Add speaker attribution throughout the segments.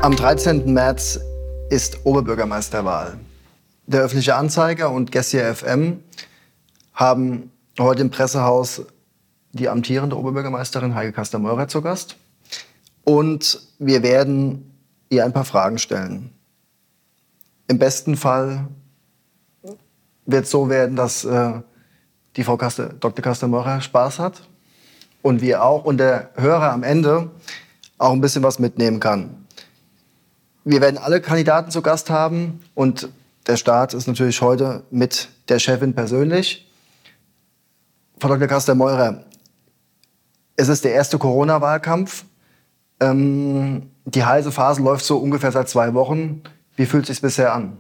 Speaker 1: Am 13. März ist Oberbürgermeisterwahl. Der öffentliche Anzeiger und Gessia FM haben heute im Pressehaus die amtierende Oberbürgermeisterin Heike Kaster-Meurer zu Gast. Und wir werden ihr ein paar Fragen stellen. Im besten Fall wird es so werden, dass die Frau Dr. Kaster-Meurer Spaß hat und wir auch und der Hörer am Ende auch ein bisschen was mitnehmen kann. Wir werden alle Kandidaten zu Gast haben und der Start ist natürlich heute mit der Chefin persönlich. Frau Dr. Kaster-Meurer, es ist der erste Corona-Wahlkampf. Die heiße Phase läuft so ungefähr seit 2 Wochen. Wie fühlt es sich bisher an?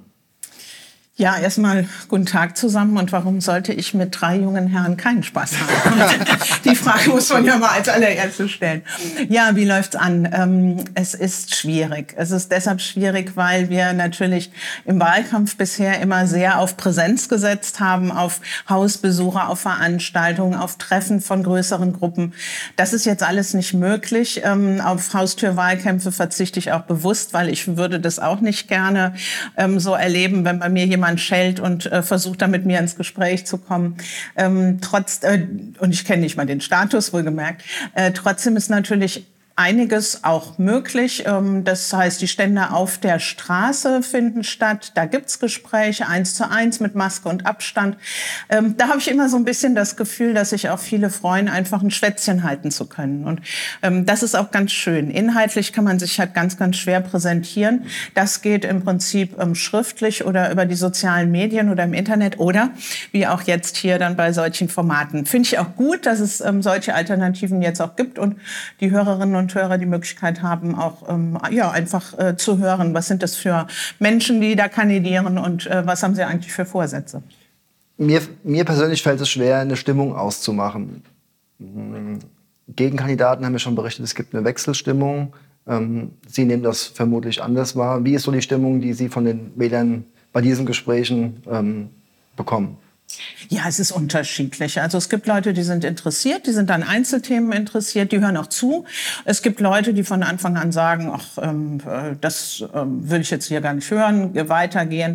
Speaker 2: Ja, erstmal guten Tag zusammen. Und warum sollte ich mit 3 jungen Herren keinen Spaß haben? Die Frage muss man ja mal als allererstes stellen. Ja, wie läuft's an? Es ist schwierig. Es ist deshalb schwierig, weil wir natürlich im Wahlkampf bisher immer sehr auf Präsenz gesetzt haben, auf Hausbesuche, auf Veranstaltungen, auf Treffen von größeren Gruppen. Das ist jetzt alles nicht möglich. Auf Haustürwahlkämpfe verzichte ich auch bewusst, weil ich würde das auch nicht gerne so erleben, wenn bei mir jemand schellt und versucht, dann mit mir ins Gespräch zu kommen. Und ich kenne nicht mal den Status, wohlgemerkt. Trotzdem ist natürlich einiges auch möglich. Das heißt, die Stände auf der Straße finden statt. Da gibt's Gespräche 1:1 mit Maske und Abstand. Da habe ich immer so ein bisschen das Gefühl, dass sich auch viele freuen, einfach ein Schwätzchen halten zu können. Und das ist auch ganz schön. Inhaltlich kann man sich halt ganz, ganz schwer präsentieren. Das geht im Prinzip schriftlich oder über die sozialen Medien oder im Internet oder wie auch jetzt hier dann bei solchen Formaten. Finde ich auch gut, dass es solche Alternativen jetzt auch gibt und die Hörerinnen und Hörer die Möglichkeit haben, auch einfach zu hören, was sind das für Menschen, die da kandidieren und was haben sie eigentlich für Vorsätze.
Speaker 1: Mir persönlich fällt es schwer, eine Stimmung auszumachen. Gegenkandidaten haben ja schon berichtet, es gibt eine Wechselstimmung. Sie nehmen das vermutlich anders wahr. Wie ist so die Stimmung, die Sie von den Wählern bei diesen Gesprächen bekommen?
Speaker 2: Ja, es ist unterschiedlich. Also es gibt Leute, die sind interessiert, die sind an Einzelthemen interessiert, die hören auch zu. Es gibt Leute, die von Anfang an sagen, das will ich jetzt hier gar nicht hören, weitergehen.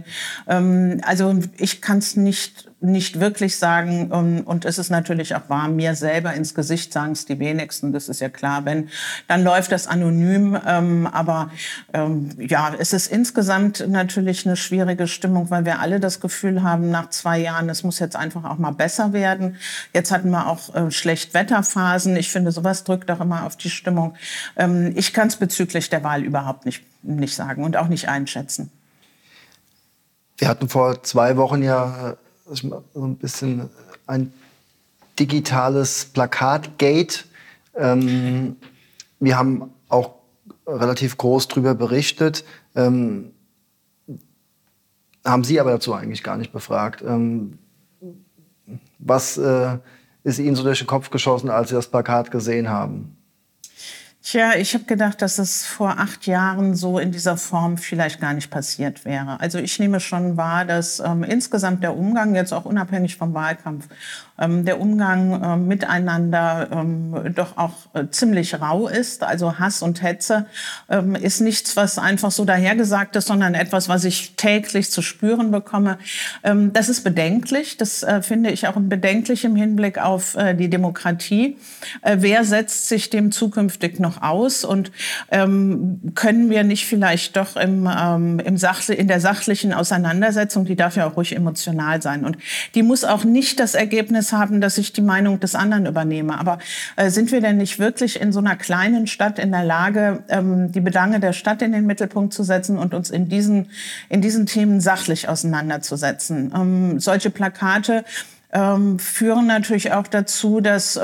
Speaker 2: Also ich kann es nicht wirklich sagen und es ist natürlich auch wahr, mir selber ins Gesicht sagen es die wenigsten, das ist ja klar, dann läuft das anonym, es ist insgesamt natürlich eine schwierige Stimmung, weil wir alle das Gefühl haben, nach 2 Jahren, es muss jetzt einfach auch mal besser werden. Jetzt hatten wir auch Schlechtwetterphasen, ich finde, sowas drückt auch immer auf die Stimmung. Ich kann es bezüglich der Wahl überhaupt nicht sagen und auch nicht einschätzen.
Speaker 1: Wir hatten vor 2 Wochen ja so ein bisschen ein digitales Plakatgate. Wir haben auch relativ groß drüber berichtet, haben Sie aber dazu eigentlich gar nicht befragt. Was ist Ihnen so durch den Kopf geschossen, als Sie das Plakat gesehen haben?
Speaker 2: Tja, ich habe gedacht, dass es vor 8 Jahren so in dieser Form vielleicht gar nicht passiert wäre. Also ich nehme schon wahr, dass insgesamt der Umgang, jetzt auch unabhängig vom Wahlkampf, der Umgang miteinander doch auch ziemlich rau ist. Also Hass und Hetze ist nichts, was einfach so dahergesagt ist, sondern etwas, was ich täglich zu spüren bekomme. Das ist bedenklich. Das finde ich auch bedenklich im Hinblick auf die Demokratie. Wer setzt sich dem zukünftig noch aus? Und können wir nicht vielleicht doch in der sachlichen Auseinandersetzung, die darf ja auch ruhig emotional sein. Und die muss auch nicht das Ergebnis haben, dass ich die Meinung des anderen übernehme. Aber sind wir denn nicht wirklich in so einer kleinen Stadt in der Lage, die Belange der Stadt in den Mittelpunkt zu setzen und uns in diesen Themen sachlich auseinanderzusetzen? Solche Plakate führen natürlich auch dazu, dass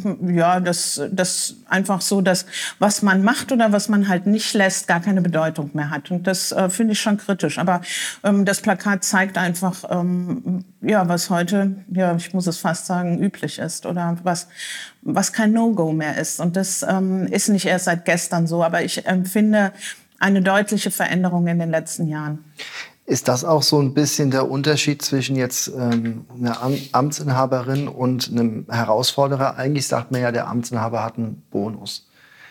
Speaker 2: einfach so, dass was man macht oder was man halt nicht lässt, gar keine Bedeutung mehr hat. Und das finde ich schon kritisch. Aber das Plakat zeigt einfach, was heute, ich muss es fast sagen, üblich ist oder was kein No-Go mehr ist. Und das ist nicht erst seit gestern so, aber ich empfinde eine deutliche Veränderung in den letzten Jahren.
Speaker 1: Ist das auch so ein bisschen der Unterschied zwischen jetzt einer Amtsinhaberin und einem Herausforderer? Eigentlich sagt man ja, der Amtsinhaber hat einen Bonus.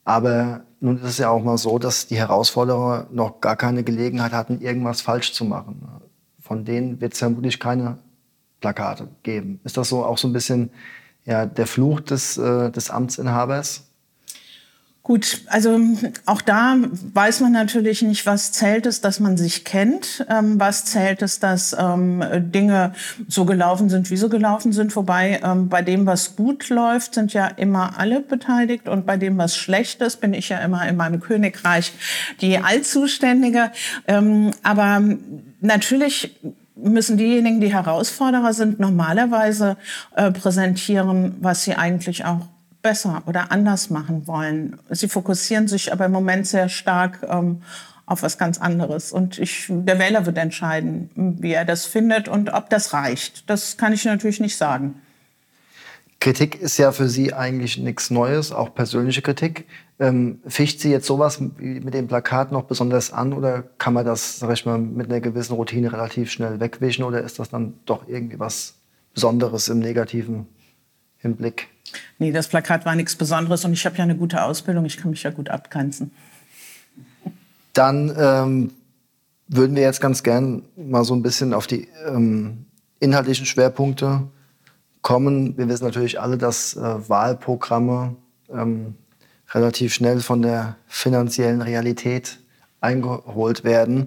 Speaker 1: Aber nun ist es ja auch mal so, dass die Herausforderer noch gar keine Gelegenheit hatten, irgendwas falsch zu machen. Von denen wird es vermutlich keine Plakate geben. Ist das so auch so ein bisschen ja, der Fluch des Amtsinhabers?
Speaker 2: Gut, also auch da weiß man natürlich nicht, was zählt es, dass man sich kennt, was zählt es, dass Dinge so gelaufen sind, wie sie gelaufen sind. Wobei bei dem, was gut läuft, sind ja immer alle beteiligt und bei dem, was schlecht ist, bin ich ja immer in meinem Königreich die Allzuständige. Aber natürlich müssen diejenigen, die Herausforderer sind, normalerweise präsentieren, was sie eigentlich auch besser oder anders machen wollen. Sie fokussieren sich aber im Moment sehr stark auf was ganz anderes. Und der Wähler wird entscheiden, wie er das findet und ob das reicht. Das kann ich natürlich nicht sagen.
Speaker 1: Kritik ist ja für Sie eigentlich nichts Neues, auch persönliche Kritik. Ficht Sie jetzt sowas mit dem Plakat noch besonders an oder kann man das, sag ich mal, mit einer gewissen Routine relativ schnell wegwischen oder ist das dann doch irgendwie was Besonderes im negativen Hinblick?
Speaker 2: Nee, das Plakat war nichts Besonderes und ich habe ja eine gute Ausbildung, ich kann mich ja gut abgrenzen.
Speaker 1: Dann würden wir jetzt ganz gern mal so ein bisschen auf die inhaltlichen Schwerpunkte kommen. Wir wissen natürlich alle, dass Wahlprogramme relativ schnell von der finanziellen Realität eingeholt werden.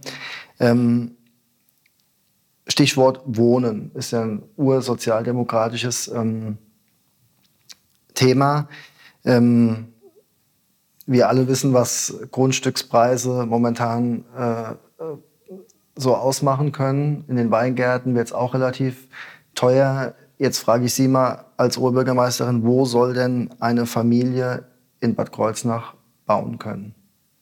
Speaker 1: Stichwort Wohnen ist ja ein ursozialdemokratisches Thema. Wir alle wissen, was Grundstückspreise momentan so ausmachen können. In den Weingärten wird es auch relativ teuer. Jetzt frage ich Sie mal als Oberbürgermeisterin, wo soll denn eine Familie in Bad Kreuznach bauen können?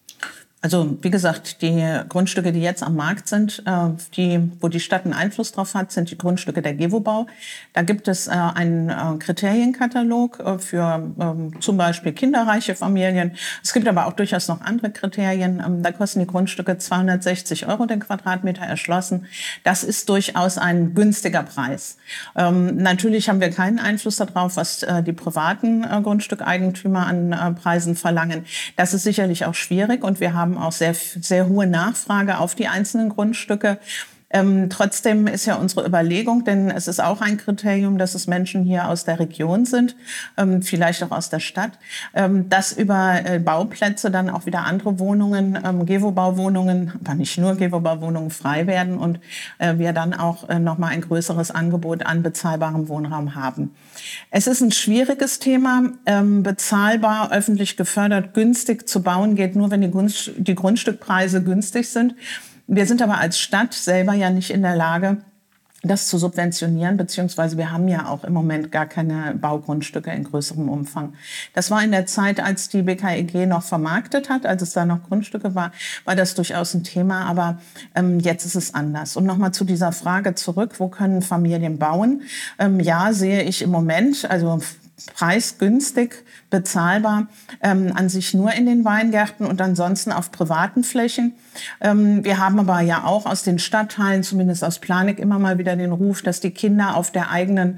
Speaker 2: Also wie gesagt, die Grundstücke, die jetzt am Markt sind, wo die Stadt einen Einfluss drauf hat, sind die Grundstücke der GEWO-Bau. Da gibt es einen Kriterienkatalog für zum Beispiel kinderreiche Familien. Es gibt aber auch durchaus noch andere Kriterien. Da kosten die Grundstücke 260 € den Quadratmeter erschlossen. Das ist durchaus ein günstiger Preis. Natürlich haben wir keinen Einfluss darauf, was die privaten Grundstückeigentümer an Preisen verlangen. Das ist sicherlich auch schwierig und wir haben auch sehr, sehr hohe Nachfrage auf die einzelnen Grundstücke. Trotzdem ist ja unsere Überlegung, denn es ist auch ein Kriterium, dass es Menschen hier aus der Region sind, vielleicht auch aus der Stadt, dass über Bauplätze dann auch wieder andere Wohnungen, GEWO-Bauwohnungen, aber nicht nur GEWO-Bauwohnungen frei werden und wir dann auch nochmal ein größeres Angebot an bezahlbarem Wohnraum haben. Es ist ein schwieriges Thema. Bezahlbar, öffentlich gefördert, günstig zu bauen geht nur, wenn die Grundstückpreise günstig sind. Wir sind aber als Stadt selber ja nicht in der Lage, das zu subventionieren, beziehungsweise wir haben ja auch im Moment gar keine Baugrundstücke in größerem Umfang. Das war in der Zeit, als die BKEG noch vermarktet hat, als es da noch Grundstücke war, war das durchaus ein Thema, aber jetzt ist es anders. Und nochmal zu dieser Frage zurück, wo können Familien bauen? Ja, sehe ich im Moment, also preisgünstig, bezahlbar, an sich nur in den Weingärten und ansonsten auf privaten Flächen. Wir haben aber ja auch aus den Stadtteilen, zumindest aus Planegg, immer mal wieder den Ruf, dass die Kinder auf der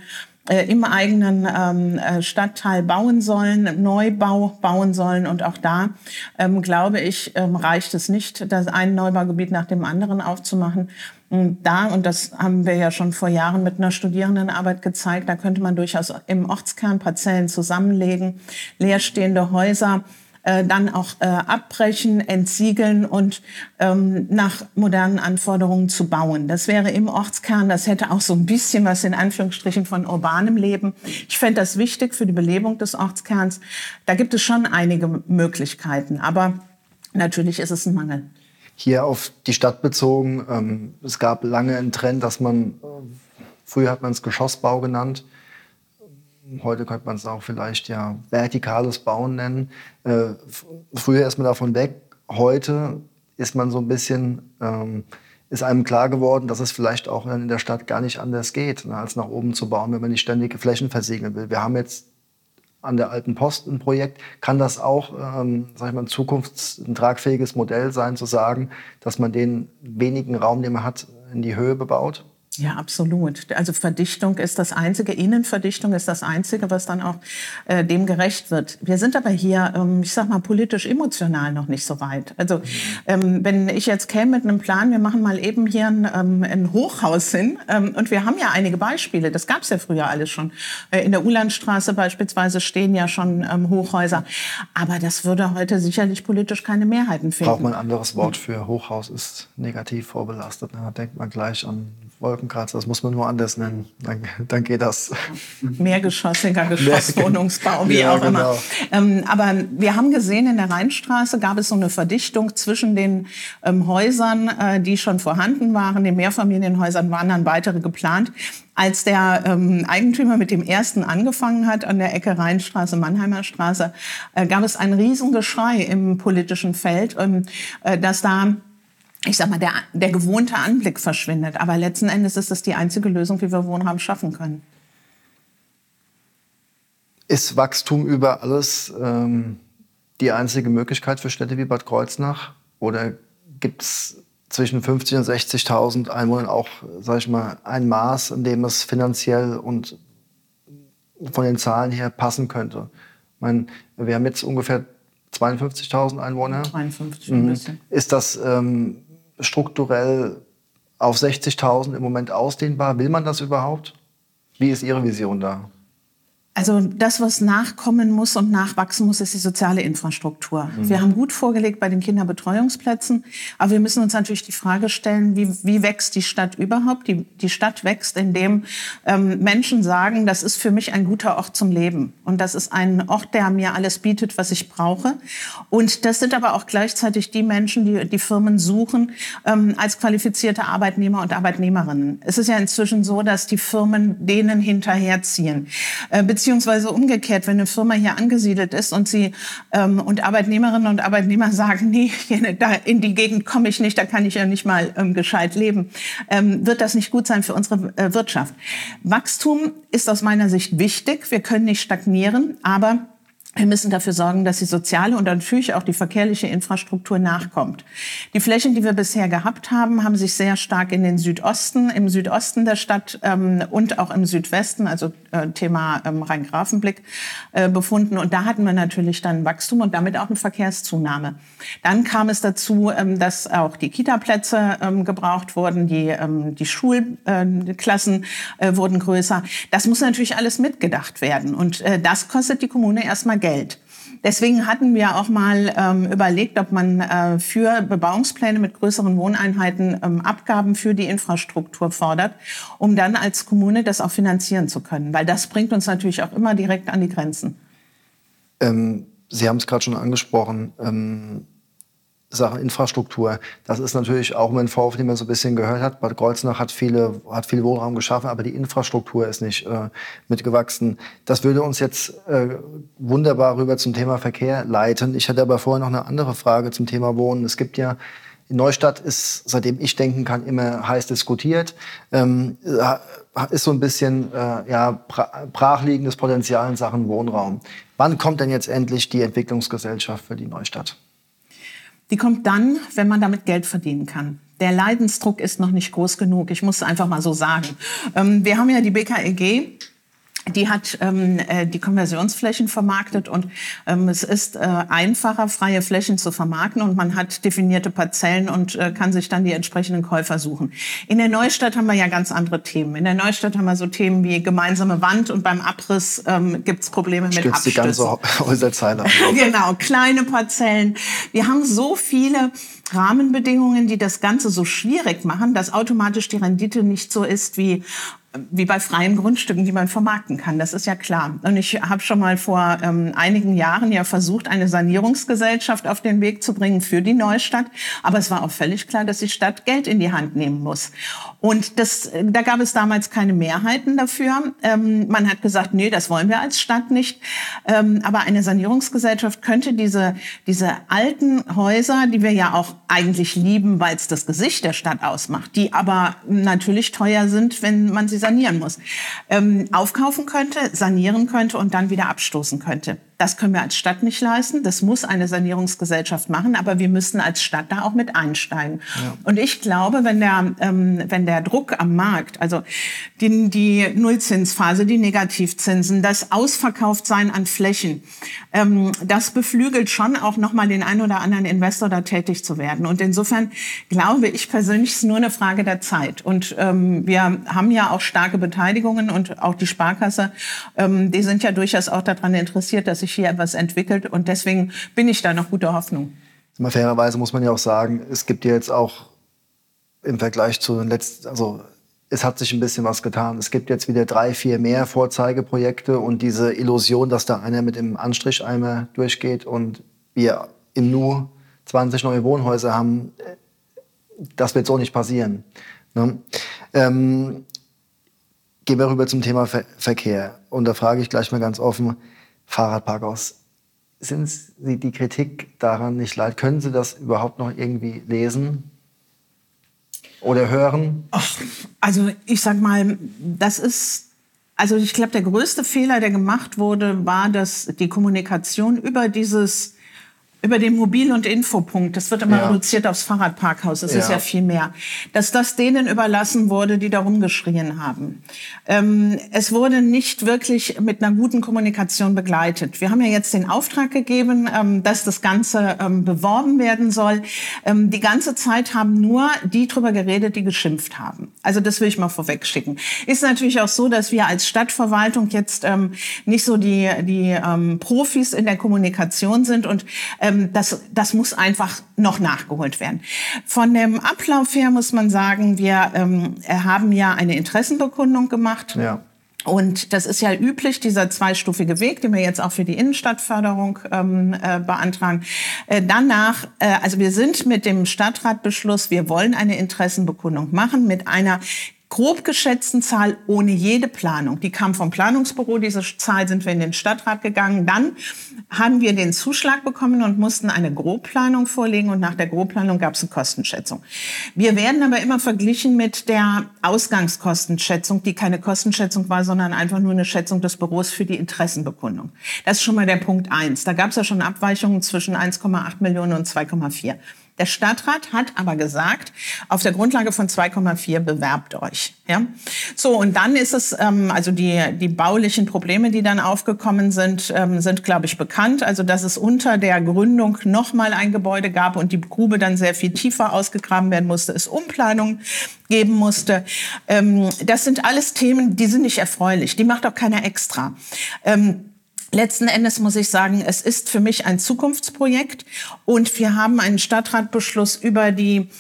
Speaker 2: im eigenen Stadtteil bauen sollen, Neubau bauen sollen. Und auch da, glaube ich, reicht es nicht, das ein Neubaugebiet nach dem anderen aufzumachen. Und das haben wir ja schon vor Jahren mit einer Studierendenarbeit gezeigt, da könnte man durchaus im Ortskern Parzellen zusammenlegen, leerstehende Häuser dann auch abbrechen, entsiegeln und nach modernen Anforderungen zu bauen. Das wäre im Ortskern, das hätte auch so ein bisschen was in Anführungsstrichen von urbanem Leben. Ich fände das wichtig für die Belebung des Ortskerns. Da gibt es schon einige Möglichkeiten, aber natürlich ist es ein Mangel.
Speaker 1: Hier auf die Stadt bezogen, es gab lange einen Trend, dass früher hat man es Geschossbau genannt, heute könnte man es auch vielleicht ja vertikales Bauen nennen. Früher ist man davon weg, heute ist man so ein bisschen, ist einem klar geworden, dass es vielleicht auch in der Stadt gar nicht anders geht, als nach oben zu bauen, wenn man nicht ständige Flächen versiegeln will. Wir haben jetzt an der Alten Post ein Projekt, kann das auch, sag ich mal, ein tragfähiges Modell sein, zu sagen, dass man den wenigen Raum, den man hat, in die Höhe bebaut?
Speaker 2: Ja, absolut. Also Verdichtung ist das Einzige, Innenverdichtung ist das Einzige, was dann auch dem gerecht wird. Wir sind aber hier, ich sag mal, politisch-emotional noch nicht so weit. Also wenn ich jetzt käme mit einem Plan, wir machen mal eben hier ein Hochhaus hin und wir haben ja einige Beispiele, das gab es ja früher alles schon. In der Ulandstraße beispielsweise stehen ja schon Hochhäuser, aber das würde heute sicherlich politisch keine Mehrheiten finden.
Speaker 1: Braucht man ein anderes Wort für Hochhaus, ist negativ vorbelastet. Da denkt man gleich an Wolkenkratzer, das muss man nur anders nennen, dann geht das.
Speaker 2: Mehrgeschossiger Geschosswohnungsbau, wie auch immer. Aber wir haben gesehen, in der Rheinstraße gab es so eine Verdichtung zwischen den Häusern, die schon vorhanden waren. Den Mehrfamilienhäusern waren dann weitere geplant. Als der Eigentümer mit dem ersten angefangen hat, an der Ecke Rheinstraße, Mannheimer Straße, gab es ein Riesengeschrei im politischen Feld, dass da, ich sag mal, der gewohnte Anblick verschwindet. Aber letzten Endes ist das die einzige Lösung, wie wir Wohnraum schaffen können.
Speaker 1: Ist Wachstum über alles die einzige Möglichkeit für Städte wie Bad Kreuznach? Oder gibt es zwischen 50.000 und 60.000 Einwohnern auch, sag ich mal, ein Maß, in dem es finanziell und von den Zahlen her passen könnte? Ich meine, wir haben jetzt ungefähr 52.000 Einwohner.
Speaker 2: 53 ein bisschen.
Speaker 1: Ist das strukturell auf 60.000 im Moment ausdehnbar? Will man das überhaupt? Wie ist Ihre Vision da?
Speaker 2: Also das, was nachkommen muss und nachwachsen muss, ist die soziale Infrastruktur. Wir haben gut vorgelegt bei den Kinderbetreuungsplätzen, aber wir müssen uns natürlich die Frage stellen, wie wächst die Stadt überhaupt? Die Stadt wächst, indem Menschen sagen, das ist für mich ein guter Ort zum Leben. Und das ist ein Ort, der mir alles bietet, was ich brauche. Und das sind aber auch gleichzeitig die Menschen, die die Firmen suchen, als qualifizierte Arbeitnehmer und Arbeitnehmerinnen. Es ist ja inzwischen so, dass die Firmen denen hinterherziehen. Beziehungsweise umgekehrt, wenn eine Firma hier angesiedelt ist und sie und Arbeitnehmerinnen und Arbeitnehmer sagen, nee, da in die Gegend komme ich nicht, da kann ich ja nicht mal gescheit leben, wird das nicht gut sein für unsere Wirtschaft. Wachstum ist aus meiner Sicht wichtig. Wir können nicht stagnieren, aber wir müssen dafür sorgen, dass die soziale und natürlich auch die verkehrliche Infrastruktur nachkommt. Die Flächen, die wir bisher gehabt haben, haben sich sehr stark in den im Südosten der Stadt und auch im Südwesten, also Thema Rhein-Grafenblick, befunden. Und da hatten wir natürlich dann Wachstum und damit auch eine Verkehrszunahme. Dann kam es dazu, dass auch die Kita-Plätze gebraucht wurden, die Schulklassen wurden größer. Das muss natürlich alles mitgedacht werden. Und das kostet die Kommune erstmal Geld. Deswegen hatten wir auch mal überlegt, ob man für Bebauungspläne mit größeren Wohneinheiten Abgaben für die Infrastruktur fordert, um dann als Kommune das auch finanzieren zu können. Weil das bringt uns natürlich auch immer direkt an die Grenzen.
Speaker 1: Sie haben es gerade schon angesprochen, Sachen Infrastruktur. Das ist natürlich auch ein Vorwurf, den man so ein bisschen gehört hat. Bad Kreuznach hat viel Wohnraum geschaffen, aber die Infrastruktur ist nicht mitgewachsen. Das würde uns jetzt wunderbar rüber zum Thema Verkehr leiten. Ich hatte aber vorher noch eine andere Frage zum Thema Wohnen. Es gibt ja, in Neustadt ist, seitdem ich denken kann, immer heiß diskutiert. Ist so ein bisschen brachliegendes Potenzial in Sachen Wohnraum. Wann kommt denn jetzt endlich die Entwicklungsgesellschaft für die Neustadt?
Speaker 2: Die kommt dann, wenn man damit Geld verdienen kann. Der Leidensdruck ist noch nicht groß genug. Ich muss es einfach mal so sagen. Wir haben ja die BKEG. Die hat die Konversionsflächen vermarktet und es ist einfacher, freie Flächen zu vermarkten und man hat definierte Parzellen und kann sich dann die entsprechenden Käufer suchen. In der Neustadt haben wir ja ganz andere Themen. In der Neustadt haben wir so Themen wie gemeinsame Wand und beim Abriss gibt's Probleme mit Abstützen.
Speaker 1: Die ganze Häuserzeile.
Speaker 2: Genau, kleine Parzellen. Wir haben so viele Rahmenbedingungen, die das Ganze so schwierig machen, dass automatisch die Rendite nicht so ist wie bei freien Grundstücken, die man vermarkten kann. Das ist ja klar. Und ich habe schon mal vor einigen Jahren ja versucht, eine Sanierungsgesellschaft auf den Weg zu bringen für die Neustadt. Aber es war auch völlig klar, dass die Stadt Geld in die Hand nehmen muss. Und da gab es damals keine Mehrheiten dafür. Man hat gesagt, nee, das wollen wir als Stadt nicht. Aber eine Sanierungsgesellschaft könnte diese alten Häuser, die wir ja auch eigentlich lieben, weil es das Gesicht der Stadt ausmacht, die aber natürlich teuer sind, wenn man sie sanieren muss, aufkaufen könnte, sanieren könnte und dann wieder abstoßen könnte. Das können wir als Stadt nicht leisten. Das muss eine Sanierungsgesellschaft machen, aber wir müssen als Stadt da auch mit einsteigen. Ja. Und ich glaube, wenn der Druck am Markt, also die Nullzinsphase, die Negativzinsen, das Ausverkauftsein an Flächen, das beflügelt schon auch nochmal den einen oder anderen Investor, da tätig zu werden. Und insofern glaube ich persönlich, es ist nur eine Frage der Zeit. Und wir haben ja auch starke Beteiligungen und auch die Sparkasse, die sind ja durchaus auch daran interessiert, dass sich hier etwas entwickelt. Und deswegen bin ich da noch guter Hoffnung.
Speaker 1: Mal fairerweise muss man ja auch sagen, es gibt ja jetzt auch im Vergleich zu den letzten, also es hat sich ein bisschen was getan. Es gibt jetzt wieder 3, 4 mehr Vorzeigeprojekte und diese Illusion, dass da einer mit dem Anstricheimer durchgeht und wir im Nu 20 neue Wohnhäuser haben, das wird so nicht passieren. Ne? Gehen wir rüber zum Thema Verkehr. Und da frage ich gleich mal ganz offen, Fahrradparkhaus. Sind Sie die Kritik daran nicht leid? Können Sie das überhaupt noch irgendwie lesen oder hören?
Speaker 2: Ach, also ich sag mal, also ich glaube, der größte Fehler, der gemacht wurde, war, dass die Kommunikation über den Mobil- und Infopunkt, das wird immer reduziert aufs Fahrradparkhaus, das ist ja viel mehr, dass das denen überlassen wurde, die da rumgeschrien haben. Es wurde nicht wirklich mit einer guten Kommunikation begleitet. Wir haben ja jetzt den Auftrag gegeben, dass das Ganze beworben werden soll. Die ganze Zeit haben nur die drüber geredet, die geschimpft haben. Also das will ich mal vorweg schicken. Ist natürlich auch so, dass wir als Stadtverwaltung jetzt nicht so die Profis in der Kommunikation sind und das muss einfach noch nachgeholt werden. Von dem Ablauf her muss man sagen, wir haben ja eine Interessenbekundung gemacht.
Speaker 1: Ja.
Speaker 2: Und das ist ja üblich, dieser zweistufige Weg, den wir jetzt auch für die Innenstadtförderung beantragen. Danach, also wir sind mit dem Stadtratbeschluss, wir wollen eine Interessenbekundung machen mit einer grob geschätzten Zahl ohne jede Planung. Die kam vom Planungsbüro, diese Zahl sind wir in den Stadtrat gegangen. Dann haben wir den Zuschlag bekommen und mussten eine Grobplanung vorlegen und nach der Grobplanung gab es eine Kostenschätzung. Wir werden aber immer verglichen mit der Ausgangskostenschätzung, die keine Kostenschätzung war, sondern einfach nur eine Schätzung des Büros für die Interessenbekundung. Das ist schon mal der Punkt 1. Da gab es ja schon Abweichungen zwischen 1,8 Millionen und 2,4. Der Stadtrat hat aber gesagt, auf der Grundlage von 2,4 bewerbt euch. Ja? So, und dann ist es, also die baulichen Probleme, die dann aufgekommen sind, glaube ich, bekannt. Also, dass es unter der Gründung nochmal ein Gebäude gab und die Grube dann sehr viel tiefer ausgegraben werden musste, es Umplanungen geben musste. Das sind alles Themen, die sind nicht erfreulich. Die macht auch keiner extra. Letzten Endes muss ich sagen, es ist für mich ein Zukunftsprojekt und wir haben einen Stadtratbeschluss über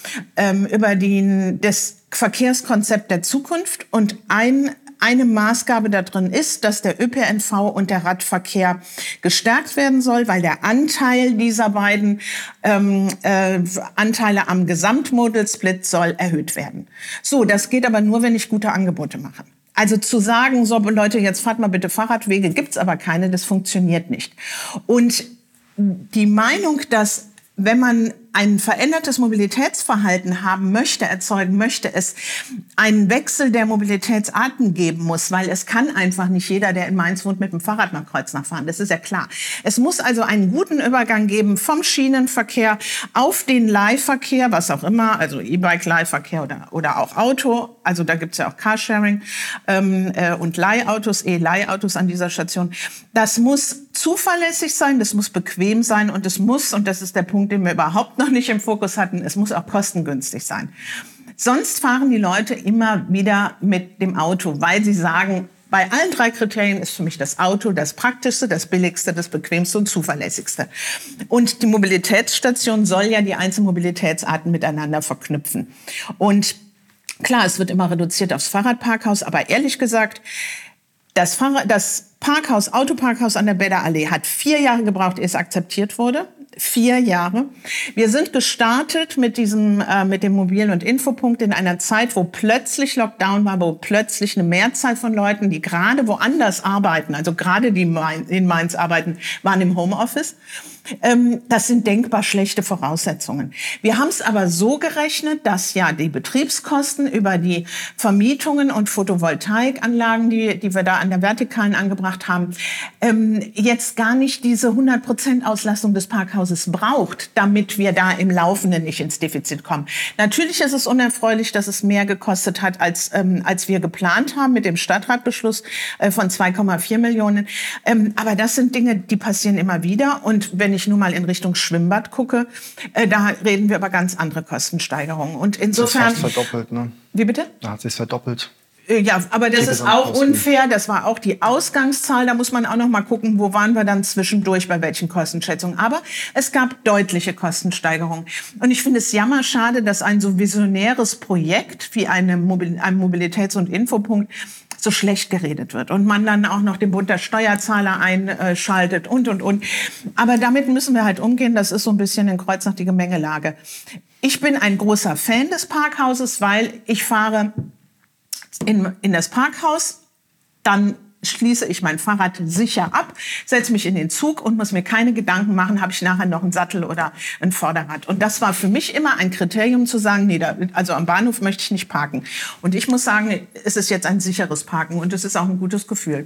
Speaker 2: das Verkehrskonzept der Zukunft und eine Maßgabe da drin ist, dass der ÖPNV und der Radverkehr gestärkt werden soll, weil der Anteil dieser beiden Anteile am Gesamtmodal-Split soll erhöht werden. So, das geht aber nur, wenn ich gute Angebote mache. Also zu sagen, so Leute, jetzt fahrt mal bitte Fahrradwege, gibt's aber keine, das funktioniert nicht. Und die Meinung, dass wenn man ein verändertes Mobilitätsverhalten erzeugen möchte, es einen Wechsel der Mobilitätsarten geben muss, weil es kann einfach nicht jeder, der in Mainz wohnt, mit dem Fahrrad nach Kreuznach fahren. Das ist ja klar. Es muss also einen guten Übergang geben vom Schienenverkehr auf den Leihverkehr, was auch immer, also E-Bike-Leihverkehr oder auch Auto. Also da gibt's ja auch Carsharing und Leihautos, Leihautos an dieser Station. Das muss zuverlässig sein, das muss bequem sein und es muss, und das ist der Punkt, den wir überhaupt noch nicht im Fokus hatten, es muss auch kostengünstig sein. Sonst fahren die Leute immer wieder mit dem Auto, weil sie sagen, bei allen 3 Kriterien ist für mich das Auto das Praktischste, das Billigste, das Bequemste und Zuverlässigste. Und die Mobilitätsstation soll ja die einzelnen Mobilitätsarten miteinander verknüpfen. Und klar, es wird immer reduziert aufs Fahrradparkhaus, aber ehrlich gesagt, das Autoparkhaus an der Bäder Allee hat 4 Jahre gebraucht, ehe es akzeptiert wurde. 4 Jahre. Wir sind gestartet mit dem Mobil- und Infopunkt in einer Zeit, wo plötzlich Lockdown war, wo plötzlich eine Mehrzahl von Leuten, die gerade woanders arbeiten, also gerade die in Mainz arbeiten, waren im Homeoffice. Das sind denkbar schlechte Voraussetzungen. Wir haben es aber so gerechnet, dass ja die Betriebskosten über die Vermietungen und Photovoltaikanlagen, die wir da an der Vertikalen angebracht haben, jetzt gar nicht diese 100% Auslastung des Parkhauses braucht, damit wir da im Laufenden nicht ins Defizit kommen. Natürlich ist es unerfreulich, dass es mehr gekostet hat, als wir geplant haben mit dem Stadtratbeschluss von 2,4 Millionen. Aber das sind Dinge, die passieren immer wieder. Und wenn ich nun mal in Richtung Schwimmbad gucke, da reden wir über ganz andere Kostensteigerungen. Und insofern...
Speaker 1: Das ist fast verdoppelt, ne?
Speaker 2: Wie bitte?
Speaker 1: Da hat sich's verdoppelt.
Speaker 2: Ja, aber das ist auch unfair. Das war auch die Ausgangszahl. Da muss man auch noch mal gucken, wo waren wir dann zwischendurch, bei welchen Kostenschätzungen. Aber es gab deutliche Kostensteigerungen. Und ich finde es jammerschade, dass ein so visionäres Projekt wie ein Mobilitäts- und Infopunkt so schlecht geredet wird und man dann auch noch den Bund der Steuerzahler einschaltet und. Aber damit müssen wir halt umgehen. Das ist so ein bisschen in Kreuznach die Gemengelage. Ich bin ein großer Fan des Parkhauses, weil ich fahre in das Parkhaus, dann schließe ich mein Fahrrad sicher ab, setze mich in den Zug und muss mir keine Gedanken machen, habe ich nachher noch einen Sattel oder ein Vorderrad. Und das war für mich immer ein Kriterium zu sagen, nee, also am Bahnhof möchte ich nicht parken. Und ich muss sagen, es ist jetzt ein sicheres Parken und es ist auch ein gutes Gefühl.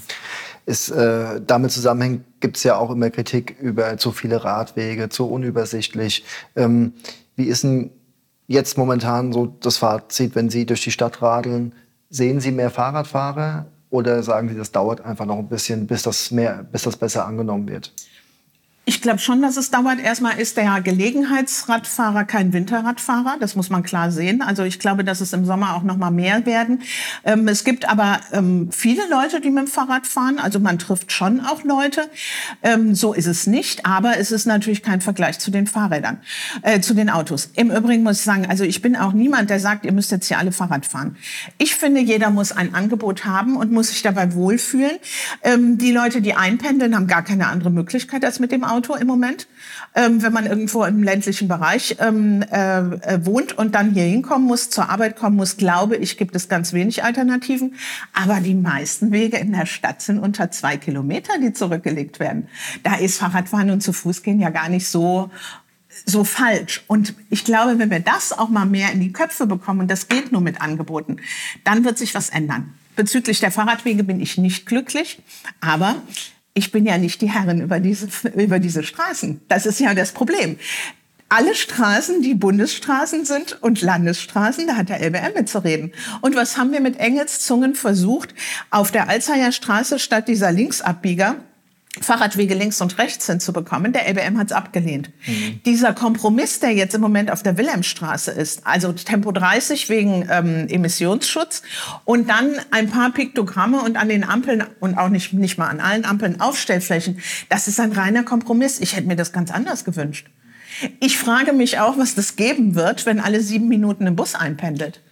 Speaker 1: Damit zusammenhängt, gibt es ja auch immer Kritik über zu viele Radwege, zu unübersichtlich. Wie ist denn jetzt momentan so das Fazit, wenn Sie durch die Stadt radeln? Sehen Sie mehr Fahrradfahrer oder sagen Sie, das dauert einfach noch ein bisschen, bis das besser angenommen wird?
Speaker 2: Ich glaube schon, dass es dauert. Erstmal ist der Gelegenheitsradfahrer kein Winterradfahrer. Das muss man klar sehen. Also ich glaube, dass es im Sommer auch noch mal mehr werden. Es gibt aber viele Leute, die mit dem Fahrrad fahren. Also man trifft schon auch Leute. So ist es nicht. Aber es ist natürlich kein Vergleich zu den Fahrrädern, zu den Autos. Im Übrigen muss ich sagen, also ich bin auch niemand, der sagt, ihr müsst jetzt hier alle Fahrrad fahren. Ich finde, jeder muss ein Angebot haben und muss sich dabei wohlfühlen. Die Leute, die einpendeln, haben gar keine andere Möglichkeit als mit dem Auto im Moment. Wenn man irgendwo im ländlichen Bereich wohnt und dann hier hinkommen muss, zur Arbeit kommen muss, glaube ich, gibt es ganz wenig Alternativen. Aber die meisten Wege in der Stadt sind unter 2 Kilometer, die zurückgelegt werden. Da ist Fahrradfahren und zu Fuß gehen ja gar nicht so falsch. Und ich glaube, wenn wir das auch mal mehr in die Köpfe bekommen, und das geht nur mit Angeboten, dann wird sich was ändern. Bezüglich der Fahrradwege bin ich nicht glücklich, aber ich bin ja nicht die Herrin über diese Straßen. Das ist ja das Problem. Alle Straßen, die Bundesstraßen sind und Landesstraßen, da hat der LBM mitzureden. Und was haben wir mit Engelszungen versucht, auf der Alzheimer Straße statt dieser Linksabbieger Fahrradwege links und rechts hinzubekommen. Der LBM hat es abgelehnt. Dieser Kompromiss, der jetzt im Moment auf der Wilhelmstraße ist, also Tempo 30 wegen Emissionsschutz und dann ein paar Piktogramme und an den Ampeln und auch nicht mal an allen Ampeln Aufstellflächen, das ist ein reiner Kompromiss. Ich hätte mir das ganz anders gewünscht. Ich frage mich auch, was das geben wird, wenn alle 7 Minuten ein Bus einpendelt.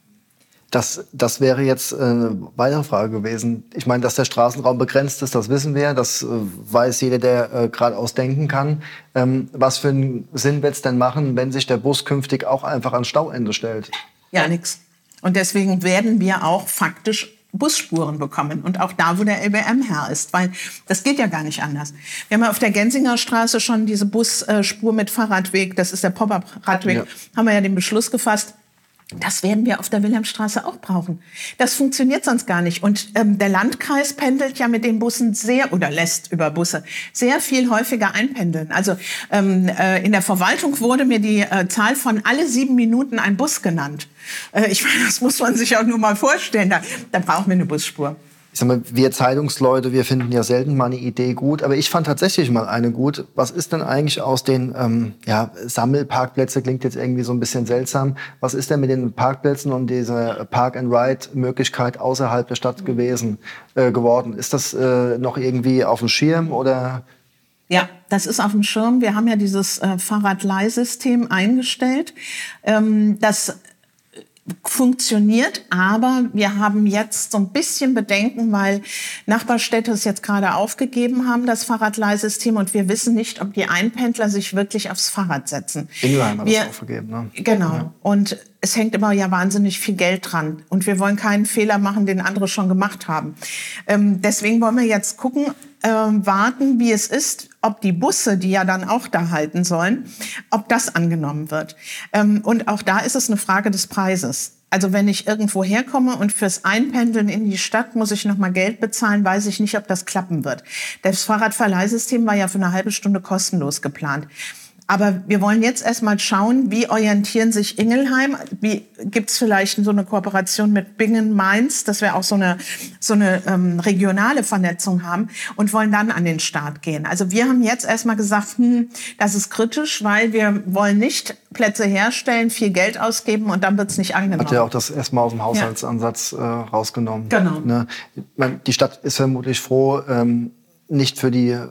Speaker 1: Das wäre jetzt eine weitere Frage gewesen. Ich meine, dass der Straßenraum begrenzt ist, das wissen wir. Das weiß jeder, der geradeaus denken kann. Was für einen Sinn wird es denn machen, wenn sich der Bus künftig auch einfach ans Stauende stellt?
Speaker 2: Ja, nix. Und deswegen werden wir auch faktisch Busspuren bekommen. Und auch da, wo der LBM Herr ist. Weil das geht ja gar nicht anders. Wir haben ja auf der Gensinger Straße schon diese Busspur mit Fahrradweg. Das ist der Pop-up-Radweg. Ja. Haben wir ja den Beschluss gefasst. Das werden wir auf der Wilhelmstraße auch brauchen. Das funktioniert sonst gar nicht. Und der Landkreis pendelt ja mit den Bussen lässt über Busse sehr viel häufiger einpendeln. Also in der Verwaltung wurde mir die Zahl von alle 7 Minuten ein Bus genannt. Ich meine, das muss man sich auch nur mal vorstellen. Da brauchen wir eine Busspur.
Speaker 1: Ich sag mal, wir Zeitungsleute, wir finden ja selten mal eine Idee gut, aber ich fand tatsächlich mal eine gut. Was ist denn eigentlich aus den Sammelparkplätzen, klingt jetzt irgendwie so ein bisschen seltsam, was ist denn mit den Parkplätzen und dieser Park-and-Ride-Möglichkeit außerhalb der Stadt geworden? Ist das noch irgendwie auf dem Schirm oder?
Speaker 2: Ja, das ist auf dem Schirm. Wir haben ja dieses Fahrradleihsystem eingestellt. Das funktioniert, aber wir haben jetzt so ein bisschen Bedenken, weil Nachbarstädte es jetzt gerade aufgegeben haben, das Fahrradleihsystem, und wir wissen nicht, ob die Einpendler sich wirklich aufs Fahrrad setzen.
Speaker 1: Ingelheim hat es aufgegeben, ne?
Speaker 2: Genau. Ja. Und es hängt immer ja wahnsinnig viel Geld dran. Und wir wollen keinen Fehler machen, den andere schon gemacht haben. Deswegen wollen wir jetzt gucken, warten, wie es ist, ob die Busse, die ja dann auch da halten sollen, ob das angenommen wird. Und auch da ist es eine Frage des Preises. Also wenn ich irgendwo herkomme und fürs Einpendeln in die Stadt muss ich noch mal Geld bezahlen, weiß ich nicht, ob das klappen wird. Das Fahrradverleihsystem war ja für eine halbe Stunde kostenlos geplant. Aber wir wollen jetzt erstmal schauen, wie orientieren sich Ingelheim? Wie gibt's vielleicht so eine Kooperation mit Bingen-Mainz, dass wir auch so eine regionale Vernetzung haben und wollen dann an den Start gehen. Also wir haben jetzt erstmal gesagt, das ist kritisch, weil wir wollen nicht Plätze herstellen, viel Geld ausgeben und dann wird's nicht angenommen.
Speaker 1: Hat ja auch das erstmal aus dem Haushaltsansatz rausgenommen.
Speaker 2: Genau.
Speaker 1: Ne? Die Stadt ist vermutlich froh, nicht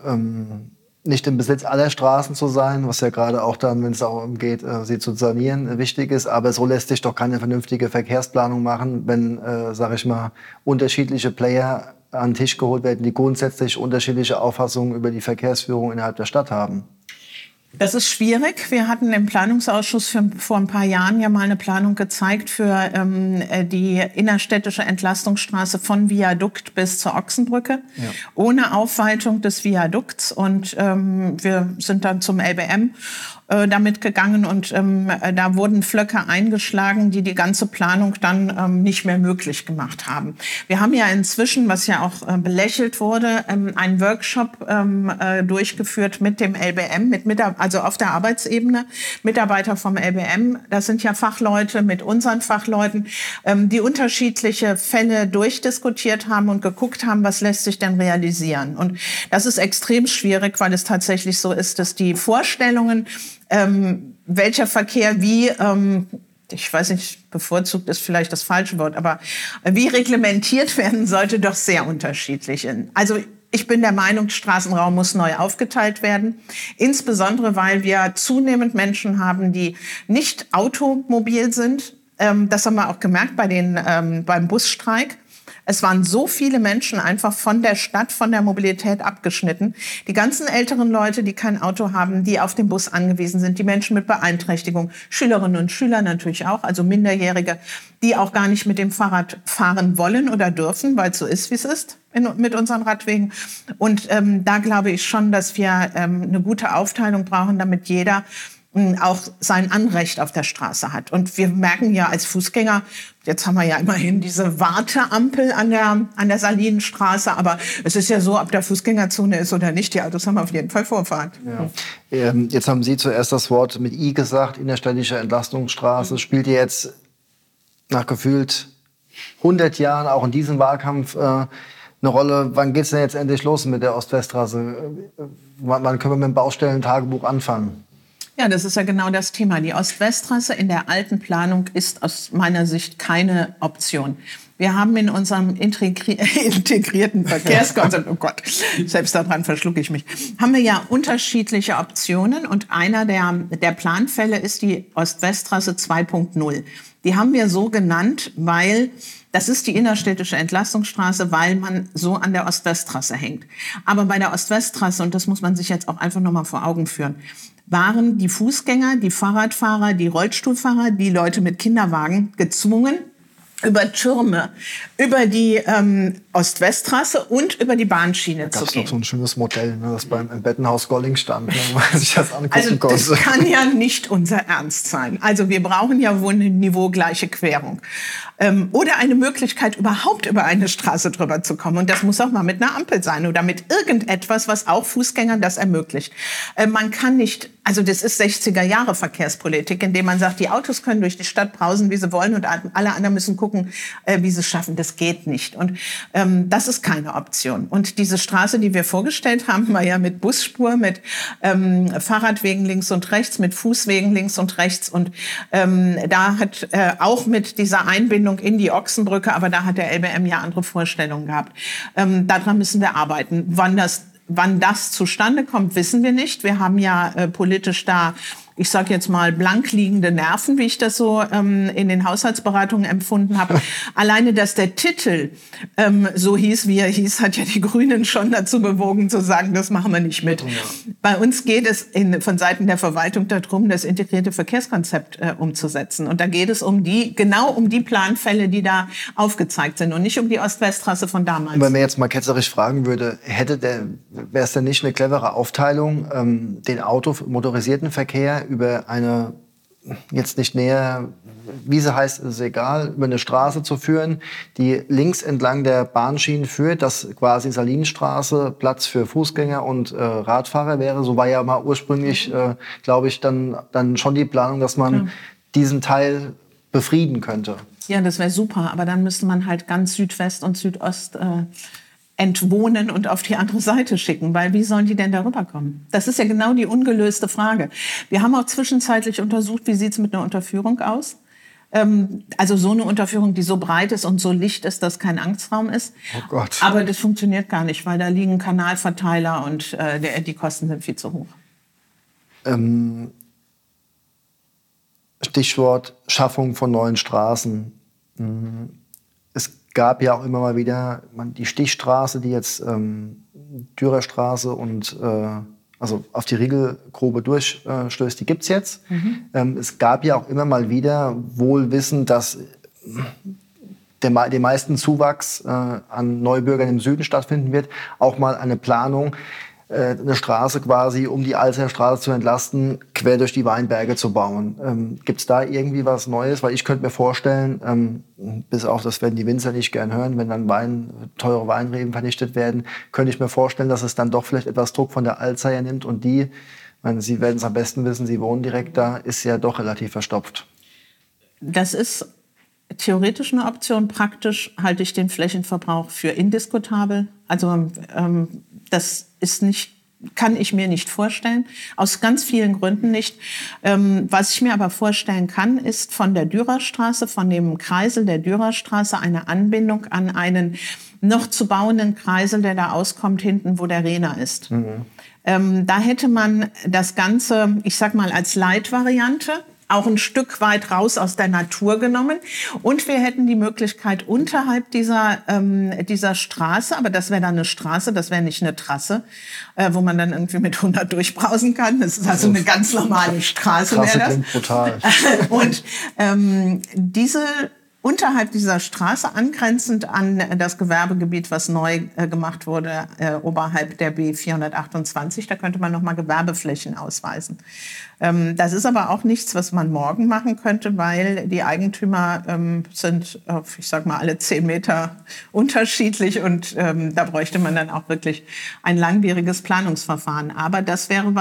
Speaker 1: im Besitz aller Straßen zu sein, was ja gerade auch dann, wenn es darum geht, sie zu sanieren, wichtig ist. Aber so lässt sich doch keine vernünftige Verkehrsplanung machen, wenn, sage ich mal, unterschiedliche Player an den Tisch geholt werden, die grundsätzlich unterschiedliche Auffassungen über die Verkehrsführung innerhalb der Stadt haben.
Speaker 2: Das ist schwierig. Wir hatten im Planungsausschuss vor ein paar Jahren ja mal eine Planung gezeigt für die innerstädtische Entlastungsstraße von Viadukt bis zur Ochsenbrücke, ohne Aufweitung des Viadukts. Und wir sind dann zum LBM damit gegangen und da wurden Pflöcke eingeschlagen, die ganze Planung dann nicht mehr möglich gemacht haben. Wir haben ja inzwischen, was ja auch belächelt wurde, einen Workshop durchgeführt mit dem LBM, also auf der Arbeitsebene, Mitarbeiter vom LBM. Das sind ja Fachleute mit unseren Fachleuten, die unterschiedliche Fälle durchdiskutiert haben und geguckt haben, was lässt sich denn realisieren. Und das ist extrem schwierig, weil es tatsächlich so ist, dass die Vorstellungen, welcher Verkehr wie, ich weiß nicht, bevorzugt ist vielleicht das falsche Wort, aber wie reglementiert werden sollte, doch sehr unterschiedlich sind. Also ich bin der Meinung, Straßenraum muss neu aufgeteilt werden, insbesondere weil wir zunehmend Menschen haben, die nicht automobil sind. Das haben wir auch gemerkt beim Busstreik. Es waren so viele Menschen einfach von der Stadt, von der Mobilität abgeschnitten. Die ganzen älteren Leute, die kein Auto haben, die auf den Bus angewiesen sind, die Menschen mit Beeinträchtigung, Schülerinnen und Schüler natürlich auch, also Minderjährige, die auch gar nicht mit dem Fahrrad fahren wollen oder dürfen, weil es so ist, wie es ist mit unseren Radwegen. Und da glaube ich schon, dass wir eine gute Aufteilung brauchen, damit jeder auch sein Anrecht auf der Straße hat. Und wir merken ja als Fußgänger, jetzt haben wir ja immerhin diese Warteampel an der Salinenstraße, aber es ist ja so, ob der Fußgängerzone ist oder nicht, die Autos haben auf jeden Fall Vorfahrt.
Speaker 1: Ja. Jetzt haben Sie zuerst das Wort mit I gesagt, innerstädtische Entlastungsstraße. Spielt ihr jetzt nach gefühlt 100 Jahren auch in diesem Wahlkampf eine Rolle? Wann geht's denn jetzt endlich los mit der Ost-West-Straße? Wann können wir mit dem Baustellentagebuch anfangen?
Speaker 2: Ja, das ist ja genau das Thema. Die Ost-West-Trasse in der alten Planung ist aus meiner Sicht keine Option. Wir haben in unserem integrierten Verkehrskonzept, oh Gott, selbst daran verschlucke ich mich, haben wir ja unterschiedliche Optionen und einer der Planfälle ist die Ost-West-Trasse 2.0. Die haben wir so genannt, weil das ist die innerstädtische Entlastungsstraße, weil man so an der Ost-West-Trasse hängt. Aber bei der Ost-West-Trasse, und das muss man sich jetzt auch einfach nochmal vor Augen führen, waren die Fußgänger, die Fahrradfahrer, die Rollstuhlfahrer, die Leute mit Kinderwagen gezwungen, über Türme, über die Ost-West-Trasse und über die Bahnschiene zu gehen.
Speaker 1: Da gab es doch so ein schönes Modell, ne, das beim Bettenhaus Golling stand, ne, wo man sich das angucken konnte.
Speaker 2: Also das kann ja nicht unser Ernst sein. Also wir brauchen ja wohl eine niveaugleiche Querung. Oder eine Möglichkeit, überhaupt über eine Straße drüber zu kommen. Und das muss auch mal mit einer Ampel sein oder mit irgendetwas, was auch Fußgängern das ermöglicht. Man kann nicht, also das ist 60er Jahre Verkehrspolitik, indem man sagt, die Autos können durch die Stadt brausen, wie sie wollen und alle anderen müssen gucken, wie sie es schaffen. Das geht nicht. Und das ist keine Option. Und diese Straße, die wir vorgestellt haben, war ja mit Busspur, mit Fahrradwegen links und rechts, mit Fußwegen links und rechts. Und da hat auch mit dieser Einbindung in die Ochsenbrücke, aber da hat der LBM ja andere Vorstellungen gehabt. Daran müssen wir arbeiten. Wann das zustande kommt, wissen wir nicht. Wir haben ja politisch da ich sage jetzt mal, blank liegende Nerven, wie ich das so in den Haushaltsberatungen empfunden habe. Alleine, dass der Titel so hieß, wie er hieß, hat ja die Grünen schon dazu bewogen zu sagen, das machen wir nicht mit. Ja. Bei uns geht es von Seiten der Verwaltung darum, das integrierte Verkehrskonzept umzusetzen. Und da geht es genau um die Planfälle, die da aufgezeigt sind und nicht um die Ost-West-Trasse von damals.
Speaker 1: Und wenn man jetzt mal ketzerisch fragen würde, wäre es denn nicht eine clevere Aufteilung, den motorisierten Verkehr über eine, jetzt nicht näher, wie sie heißt, ist egal, über eine Straße zu führen, die links entlang der Bahnschienen führt, dass quasi Salinenstraße Platz für Fußgänger und Radfahrer wäre. So war ja mal ursprünglich, glaube ich, dann schon die Planung, dass man diesen Teil befrieden könnte.
Speaker 2: Ja, das wäre super, aber dann müsste man halt ganz Südwest und Südost entwohnen und auf die andere Seite schicken, weil wie sollen die denn darüber kommen? Das ist ja genau die ungelöste Frage. Wir haben auch zwischenzeitlich untersucht, wie sieht's mit einer Unterführung aus? Also so eine Unterführung, die so breit ist und so licht ist, dass kein Angstraum ist.
Speaker 1: Oh Gott.
Speaker 2: Aber das funktioniert gar nicht, weil da liegen Kanalverteiler und die Kosten sind viel zu hoch.
Speaker 1: Stichwort Schaffung von neuen Straßen. Es gab ja auch immer mal wieder die Stichstraße, die jetzt Dürerstraße und also auf die Riegelgrube durchstößt, die gibt's jetzt. Es gab ja auch immer mal wieder, wohl wissend, dass den meisten Zuwachs an Neubürgern im Süden stattfinden wird, auch mal eine Planung, eine Straße quasi, um die Alzer Straße zu entlasten, quer durch die Weinberge zu bauen. Gibt's da irgendwie was Neues? Weil ich könnte mir vorstellen, bis auf das werden die Winzer nicht gern hören, wenn dann teure Weinreben vernichtet werden, könnte ich mir vorstellen, dass es dann doch vielleicht etwas Druck von der Alzer her nimmt. Und die, Sie werden es am besten wissen, Sie wohnen direkt da, ist ja doch relativ verstopft. Das ist
Speaker 2: theoretisch eine Option. Praktisch halte ich den Flächenverbrauch für indiskutabel. Also das kann ich mir nicht vorstellen, aus ganz vielen Gründen nicht. Was ich mir aber vorstellen kann, ist von der Dürerstraße, von dem Kreisel der Dürerstraße eine Anbindung an einen noch zu bauenden Kreisel, der da auskommt hinten, wo der Rehner ist. Da hätte man das Ganze, ich sag mal, als Leitvariante auch ein Stück weit raus aus der Natur genommen. Und wir hätten die Möglichkeit, unterhalb dieser Straße, aber das wäre dann eine Straße, das wäre nicht eine Trasse, wo man dann irgendwie mit 100 durchbrausen kann. Das ist also eine ganz normale Straße.
Speaker 1: Trasse klingt brutal.
Speaker 2: Und unterhalb dieser Straße, angrenzend an das Gewerbegebiet, was neu gemacht wurde, oberhalb der B428, da könnte man nochmal Gewerbeflächen ausweisen. Das ist aber auch nichts, was man morgen machen könnte, weil die Eigentümer sind, ich sag mal, alle 10 Meter unterschiedlich und da bräuchte man dann auch wirklich ein langwieriges Planungsverfahren. Aber das wäre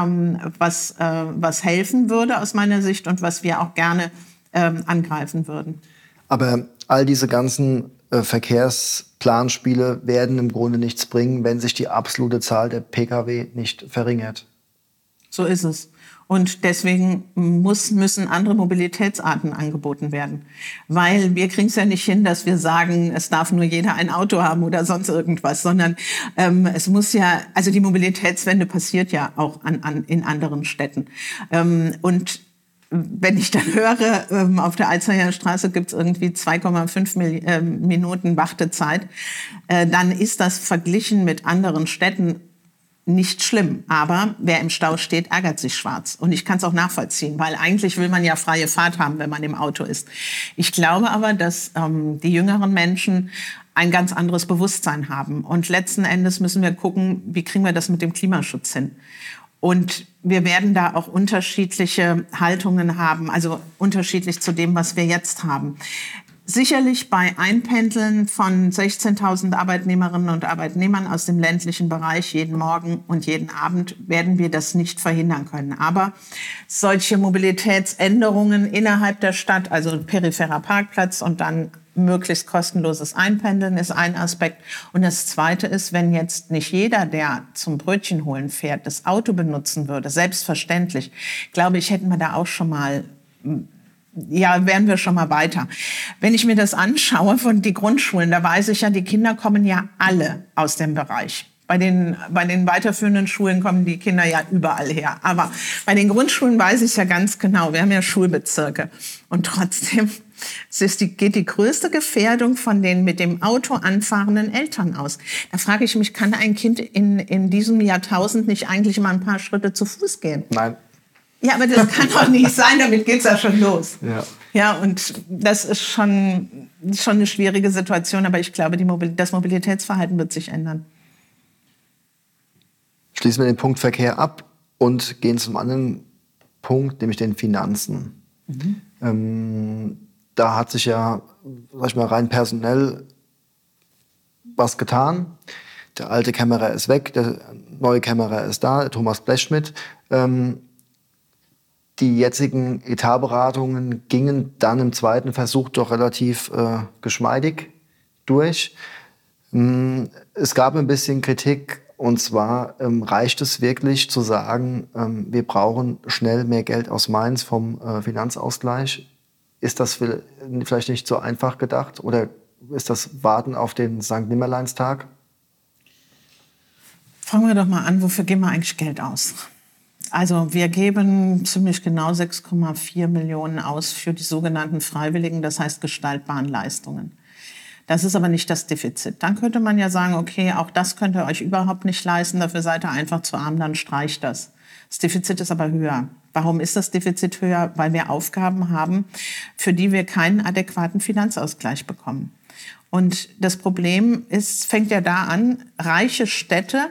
Speaker 2: was helfen würde aus meiner Sicht und was wir auch gerne angreifen würden.
Speaker 1: Aber all diese ganzen Verkehrsplanspiele werden im Grunde nichts bringen, wenn sich die absolute Zahl der Pkw nicht verringert.
Speaker 2: So ist es. Und deswegen müssen andere Mobilitätsarten angeboten werden. Weil wir kriegen es ja nicht hin, dass wir sagen, es darf nur jeder ein Auto haben oder sonst irgendwas, sondern es muss ja, also die Mobilitätswende passiert ja auch in anderen Städten. Und wenn ich dann höre, auf der Alzheimer Straße gibt es irgendwie 2,5 Minuten Wartezeit, dann ist das verglichen mit anderen Städten nicht schlimm. Aber wer im Stau steht, ärgert sich schwarz. Und ich kann es auch nachvollziehen, weil eigentlich will man ja freie Fahrt haben, wenn man im Auto ist. Ich glaube aber, dass die jüngeren Menschen ein ganz anderes Bewusstsein haben. Und letzten Endes müssen wir gucken, wie kriegen wir das mit dem Klimaschutz hin. Und wir werden da auch unterschiedliche Haltungen haben, also unterschiedlich zu dem, was wir jetzt haben. Sicherlich bei Einpendeln von 16.000 Arbeitnehmerinnen und Arbeitnehmern aus dem ländlichen Bereich jeden Morgen und jeden Abend werden wir das nicht verhindern können. Aber solche Mobilitätsänderungen innerhalb der Stadt, also peripherer Parkplatz und dann möglichst kostenloses Einpendeln ist ein Aspekt. Und das Zweite ist, wenn jetzt nicht jeder, der zum Brötchen holen fährt, das Auto benutzen würde, selbstverständlich, glaube ich, hätten wir da auch schon mal, ja, wären wir schon mal weiter. Wenn ich mir das anschaue von die Grundschulen, da weiß ich ja, die Kinder kommen ja alle aus dem Bereich. Bei den weiterführenden Schulen kommen die Kinder ja überall her. Aber bei den Grundschulen weiß ich ja ganz genau, wir haben ja Schulbezirke. Und trotzdem geht die größte Gefährdung von den mit dem Auto anfahrenden Eltern aus. Da frage ich mich, kann ein Kind in diesem Jahrtausend nicht eigentlich mal ein paar Schritte zu Fuß gehen?
Speaker 1: Nein.
Speaker 2: Ja, aber das kann doch nicht sein, damit geht's ja schon los.
Speaker 1: Ja.
Speaker 2: Ja, und das ist schon eine schwierige Situation, aber ich glaube, das Mobilitätsverhalten wird sich ändern.
Speaker 1: Schließen wir den Punkt Verkehr ab und gehen zum anderen Punkt, nämlich den Finanzen. Da hat sich ja, sag ich mal, rein personell was getan. Der alte Kämmerer ist weg, der neue Kämmerer ist da, Thomas Blechschmidt. Die jetzigen Etatberatungen gingen dann im zweiten Versuch doch relativ geschmeidig durch. Es gab ein bisschen Kritik, und zwar reicht es wirklich zu sagen, wir brauchen schnell mehr Geld aus Mainz vom Finanzausgleich. Ist das vielleicht nicht so einfach gedacht oder ist das Warten auf den Sankt-Nimmerleins-Tag?
Speaker 2: Fangen wir doch mal an, wofür geben wir eigentlich Geld aus? Also wir geben ziemlich genau 6,4 Millionen aus für die sogenannten Freiwilligen, das heißt gestaltbaren Leistungen. Das ist aber nicht das Defizit. Dann könnte man ja sagen, okay, auch das könnt ihr euch überhaupt nicht leisten, dafür seid ihr einfach zu arm, dann streicht das. Das Defizit ist aber höher. Warum ist das Defizit höher? Weil wir Aufgaben haben, für die wir keinen adäquaten Finanzausgleich bekommen. Und das Problem fängt ja da an, reiche Städte,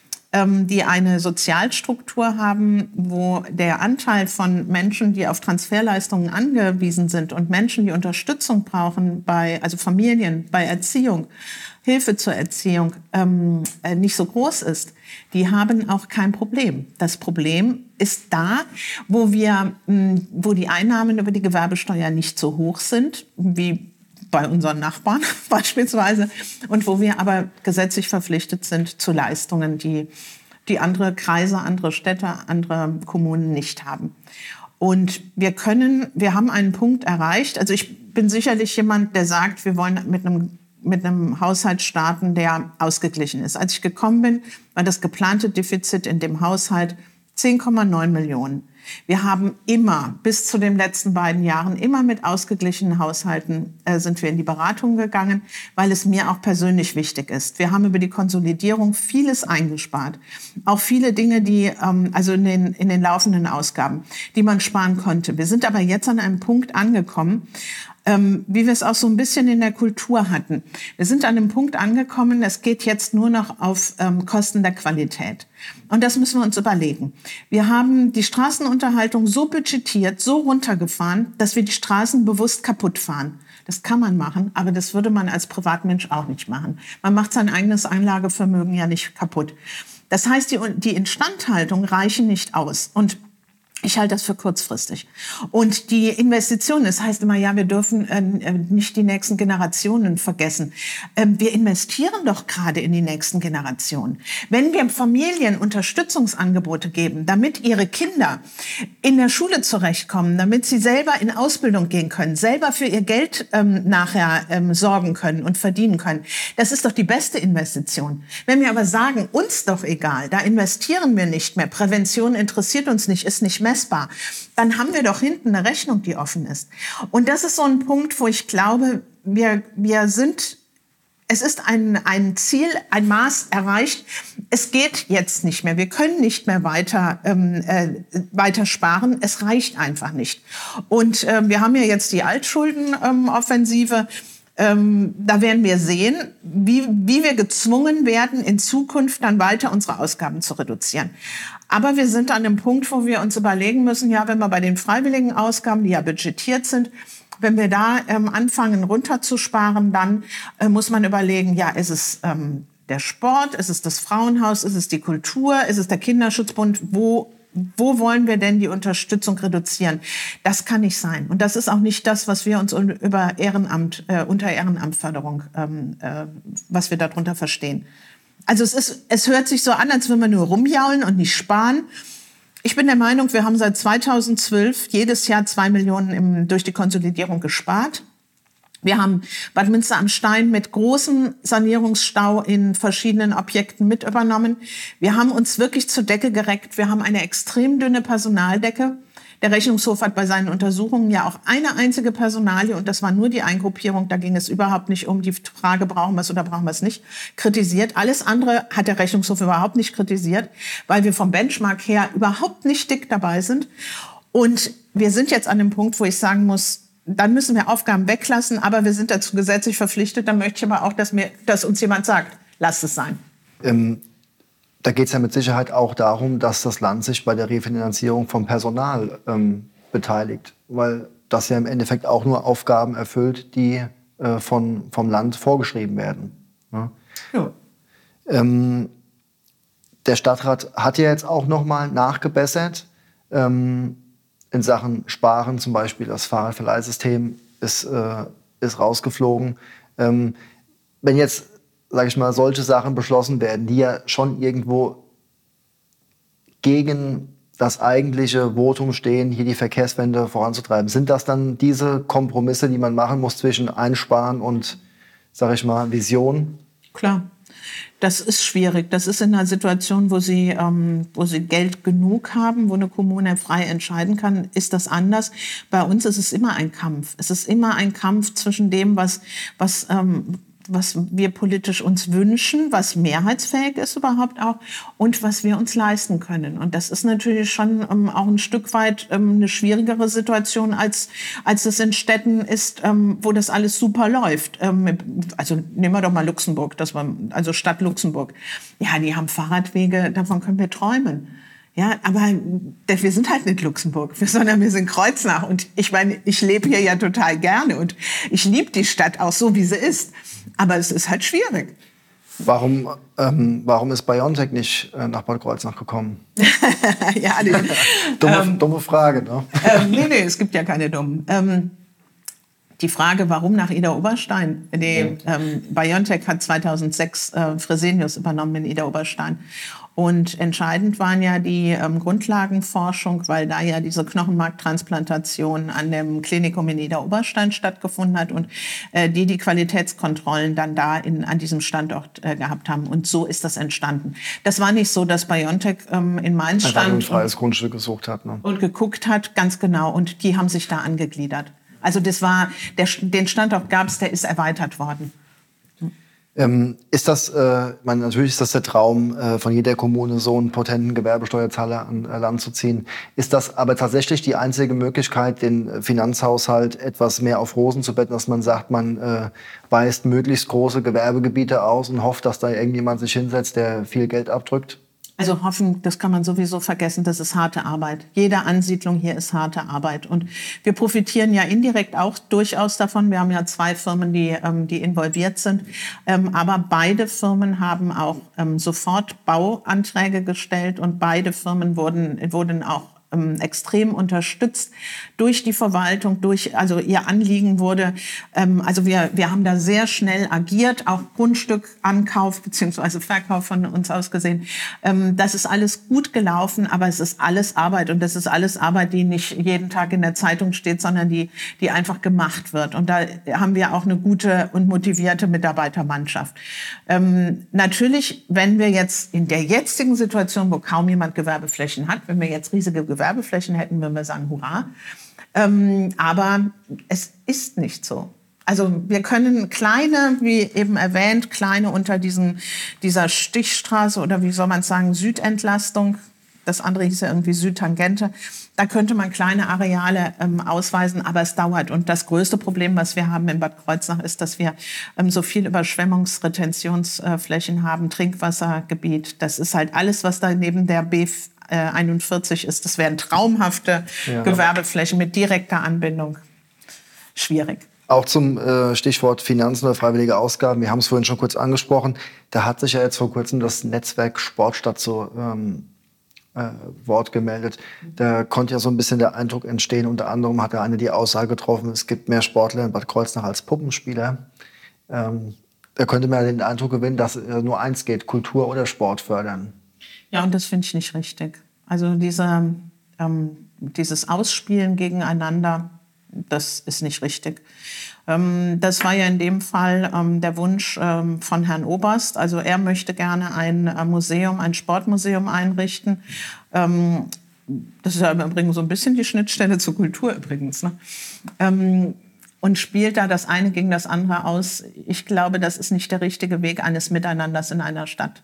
Speaker 2: die eine Sozialstruktur haben, wo der Anteil von Menschen, die auf Transferleistungen angewiesen sind und Menschen, die Unterstützung brauchen, also Familien, bei Erziehung, Hilfe zur Erziehung, nicht so groß ist, die haben auch kein Problem. Das Problem ist da, wo die Einnahmen über die Gewerbesteuer nicht so hoch sind, wie bei unseren Nachbarn beispielsweise, und wo wir aber gesetzlich verpflichtet sind zu Leistungen, die andere Kreise, andere Städte, andere Kommunen nicht haben. Und wir haben einen Punkt erreicht. Also ich bin sicherlich jemand, der sagt, wir wollen mit einem Haushalt starten, der ausgeglichen ist. Als ich gekommen bin, war das geplante Defizit in dem Haushalt 10,9 Millionen. Wir haben immer, bis zu den letzten beiden Jahren, immer mit ausgeglichenen Haushalten sind wir in die Beratung gegangen, weil es mir auch persönlich wichtig ist. Wir haben über die Konsolidierung vieles eingespart. Auch viele Dinge, also in den laufenden Ausgaben, die man sparen konnte. Wir sind aber jetzt an einem Punkt angekommen, wie wir es auch so ein bisschen in der Kultur hatten. Wir sind an einem Punkt angekommen, es geht jetzt nur noch auf Kosten der Qualität. Und das müssen wir uns überlegen. Wir haben die Straßenunterhaltung so budgetiert, so runtergefahren, dass wir die Straßen bewusst kaputt fahren. Das kann man machen, aber das würde man als Privatmensch auch nicht machen. Man macht sein eigenes Einlagevermögen ja nicht kaputt. Das heißt, die Instandhaltung reichen nicht aus. Und ich halte das für kurzfristig. Und die Investitionen, das heißt immer, ja, wir dürfen nicht die nächsten Generationen vergessen. Wir investieren doch gerade in die nächsten Generationen. Wenn wir Familien Unterstützungsangebote geben, damit ihre Kinder in der Schule zurechtkommen, damit sie selber in Ausbildung gehen können, selber für ihr Geld nachher sorgen können und verdienen können, das ist doch die beste Investition. Wenn wir aber sagen, uns doch egal, da investieren wir nicht mehr, Prävention interessiert uns nicht, ist nicht messbar, dann haben wir doch hinten eine Rechnung, die offen ist. Und das ist so ein Punkt, wo ich glaube, es ist ein Ziel, ein Maß erreicht. Es geht jetzt nicht mehr. Wir können nicht mehr weiter sparen. Es reicht einfach nicht. Und wir haben ja jetzt die Altschuldenoffensive. Da werden wir sehen, wie wir gezwungen werden, in Zukunft dann weiter unsere Ausgaben zu reduzieren. Aber wir sind an dem Punkt, wo wir uns überlegen müssen, ja, wenn wir bei den freiwilligen Ausgaben, die ja budgetiert sind, wenn wir da anfangen runterzusparen, dann muss man überlegen, ja, ist es der Sport, ist es das Frauenhaus, ist es die Kultur, ist es der Kinderschutzbund, wo wollen wir denn die Unterstützung reduzieren? Das kann nicht sein. Und das ist auch nicht das, was wir uns unter Ehrenamtförderung, was wir darunter verstehen. Also es hört sich so an, als würden wir nur rumjaulen und nicht sparen. Ich bin der Meinung, wir haben seit 2012 jedes Jahr 2 Millionen durch die Konsolidierung gespart. Wir haben Bad Münster am Stein mit großem Sanierungsstau in verschiedenen Objekten mit übernommen. Wir haben uns wirklich zur Decke gereckt. Wir haben eine extrem dünne Personaldecke. Der Rechnungshof hat bei seinen Untersuchungen ja auch eine einzige Personalie, und das war nur die Eingruppierung, da ging es überhaupt nicht um die Frage, brauchen wir es oder brauchen wir es nicht, kritisiert. Alles andere hat der Rechnungshof überhaupt nicht kritisiert, weil wir vom Benchmark her überhaupt nicht dick dabei sind. Und wir sind jetzt an dem Punkt, wo ich sagen muss, dann müssen wir Aufgaben weglassen, aber wir sind dazu gesetzlich verpflichtet. Dann möchte ich aber auch, dass uns jemand sagt, lasst es sein.
Speaker 1: Da geht es ja mit Sicherheit auch darum, dass das Land sich bei der Refinanzierung vom Personal beteiligt, weil das ja im Endeffekt auch nur Aufgaben erfüllt, die vom Land vorgeschrieben werden. Ne?
Speaker 2: Ja.
Speaker 1: Der Stadtrat hat ja jetzt auch noch mal nachgebessert in Sachen Sparen, zum Beispiel das Fahrradverleihsystem ist rausgeflogen. Wenn jetzt, sage ich mal, solche Sachen beschlossen werden, die ja schon irgendwo gegen das eigentliche Votum stehen, hier die Verkehrswende voranzutreiben, sind das dann diese Kompromisse, die man machen muss zwischen Einsparen und, sage ich mal, Vision?
Speaker 2: Klar. Das ist schwierig. Das ist in einer Situation, wo sie Geld genug haben, wo eine Kommune frei entscheiden kann, ist das anders. Bei uns ist es immer ein Kampf. Es ist immer ein Kampf zwischen dem, was wir politisch uns wünschen, was mehrheitsfähig ist überhaupt auch, und was wir uns leisten können. Und das ist natürlich schon auch ein Stück weit eine schwierigere Situation, als es in Städten ist, wo das alles super läuft. Also nehmen wir doch mal Luxemburg, also Stadt Luxemburg. Ja, die haben Fahrradwege, davon können wir träumen. Ja, aber wir sind halt nicht Luxemburg, sondern wir sind Kreuznach. Und ich meine, ich lebe hier ja total gerne und ich liebe die Stadt auch so, wie sie ist. Aber es ist halt schwierig.
Speaker 1: Warum ist BioNTech nicht nach Bad Kreuznach gekommen?
Speaker 2: Ja,
Speaker 1: dumme Frage, ne?
Speaker 2: Nee, es gibt ja keine dummen. Die Frage, warum nach Ida Oberstein? BioNTech hat 2006 Fresenius übernommen in Ida Oberstein. Und entscheidend waren ja die Grundlagenforschung, weil da ja diese Knochenmarktransplantation an dem Klinikum in Ida Oberstein stattgefunden hat und die Qualitätskontrollen dann da an diesem Standort gehabt haben. Und so ist das entstanden. Das war nicht so, dass BioNTech in Mainz stand
Speaker 1: ein freies Grundstück gesucht hat, ne?
Speaker 2: Und geguckt hat, ganz genau. Und die haben sich da angegliedert. Also das war, den Standort gab es, der ist erweitert worden.
Speaker 1: Ist das, natürlich ist das der Traum von jeder Kommune, so einen potenten Gewerbesteuerzahler an Land zu ziehen. Ist das aber tatsächlich die einzige Möglichkeit, den Finanzhaushalt etwas mehr auf Rosen zu betten, dass man sagt, man weist möglichst große Gewerbegebiete aus und hofft, dass da irgendjemand sich hinsetzt, der viel Geld abdrückt?
Speaker 2: Also hoffen, das kann man sowieso vergessen, das ist harte Arbeit. Jede Ansiedlung hier ist harte Arbeit. Und wir profitieren ja indirekt auch durchaus davon. Wir haben ja 2 Firmen, die involviert sind. Aber beide Firmen haben auch sofort Bauanträge gestellt und beide Firmen wurden auch extrem unterstützt durch die Verwaltung, also ihr Anliegen wurde, also wir haben da sehr schnell agiert, auch Grundstückankauf bzw. Verkauf von uns aus gesehen. Das ist alles gut gelaufen, aber es ist alles Arbeit und das ist alles Arbeit, die nicht jeden Tag in der Zeitung steht, sondern die einfach gemacht wird. Und da haben wir auch eine gute und motivierte Mitarbeitermannschaft. Natürlich, wenn wir jetzt in der jetzigen Situation, wo kaum jemand Gewerbeflächen hat, wenn wir jetzt riesige Gewerbeflächen hätten, würden wir sagen, hurra. Aber es ist nicht so. Also wir können kleine, wie eben erwähnt, kleine unter dieser Stichstraße oder wie soll man sagen, Südentlastung, das andere hieß ja irgendwie Südtangente, da könnte man kleine Areale ausweisen, aber es dauert. Und das größte Problem, was wir haben in Bad Kreuznach, ist, dass wir so viel Überschwemmungsretentionsflächen haben, Trinkwassergebiet. Das ist halt alles, was da neben der B41 ist. Das wären traumhafte Gewerbeflächen mit direkter Anbindung. Schwierig.
Speaker 1: Auch zum Stichwort Finanzen oder freiwillige Ausgaben. Wir haben es vorhin schon kurz angesprochen. Da hat sich ja jetzt vor kurzem das Netzwerk Sportstadt zu Wort gemeldet. Da konnte ja so ein bisschen der Eindruck entstehen. Unter anderem hat da eine die Aussage getroffen, es gibt mehr Sportler in Bad Kreuznach als Puppenspieler. Da könnte man den Eindruck gewinnen, dass nur eins geht, Kultur oder Sport fördern.
Speaker 2: Ja, und das finde ich nicht richtig. Also dieses Ausspielen gegeneinander, das ist nicht richtig. Das war ja in dem Fall der Wunsch von Herrn Oberst. Also er möchte gerne ein Museum, ein Sportmuseum einrichten. Das ist ja übrigens so ein bisschen die Schnittstelle zur Kultur übrigens, ne? Und spielt da das eine gegen das andere aus. Ich glaube, das ist nicht der richtige Weg eines Miteinanders in einer Stadt.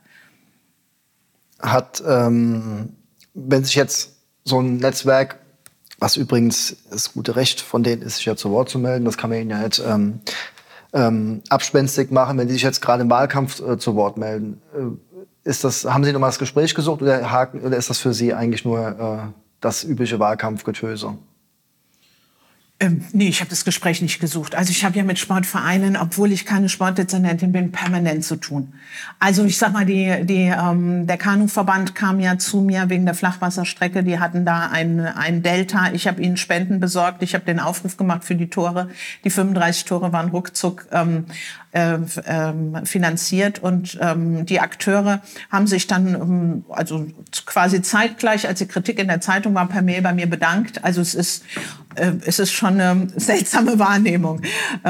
Speaker 1: Wenn sich jetzt so ein Netzwerk, was übrigens das gute Recht von denen ist, sich ja zu Wort zu melden, das kann man ihnen ja nicht abspenstig machen, wenn die sich jetzt gerade im Wahlkampf zu Wort melden. Haben Sie nochmal das Gespräch gesucht oder ist das für Sie eigentlich nur das übliche Wahlkampfgetöse?
Speaker 2: Nee, ich habe das Gespräch nicht gesucht. Also ich habe ja mit Sportvereinen, obwohl ich keine Sportdezernentin bin, permanent zu tun. Also ich sag mal, der Kanuverband kam ja zu mir wegen der Flachwasserstrecke. Die hatten da ein Delta. Ich habe ihnen Spenden besorgt. Ich habe den Aufruf gemacht für die Tore. Die 35 Tore waren ruckzuck finanziert. Und die Akteure haben sich dann also quasi zeitgleich, als die Kritik in der Zeitung war, per Mail bei mir bedankt. Also es ist schon eine seltsame Wahrnehmung.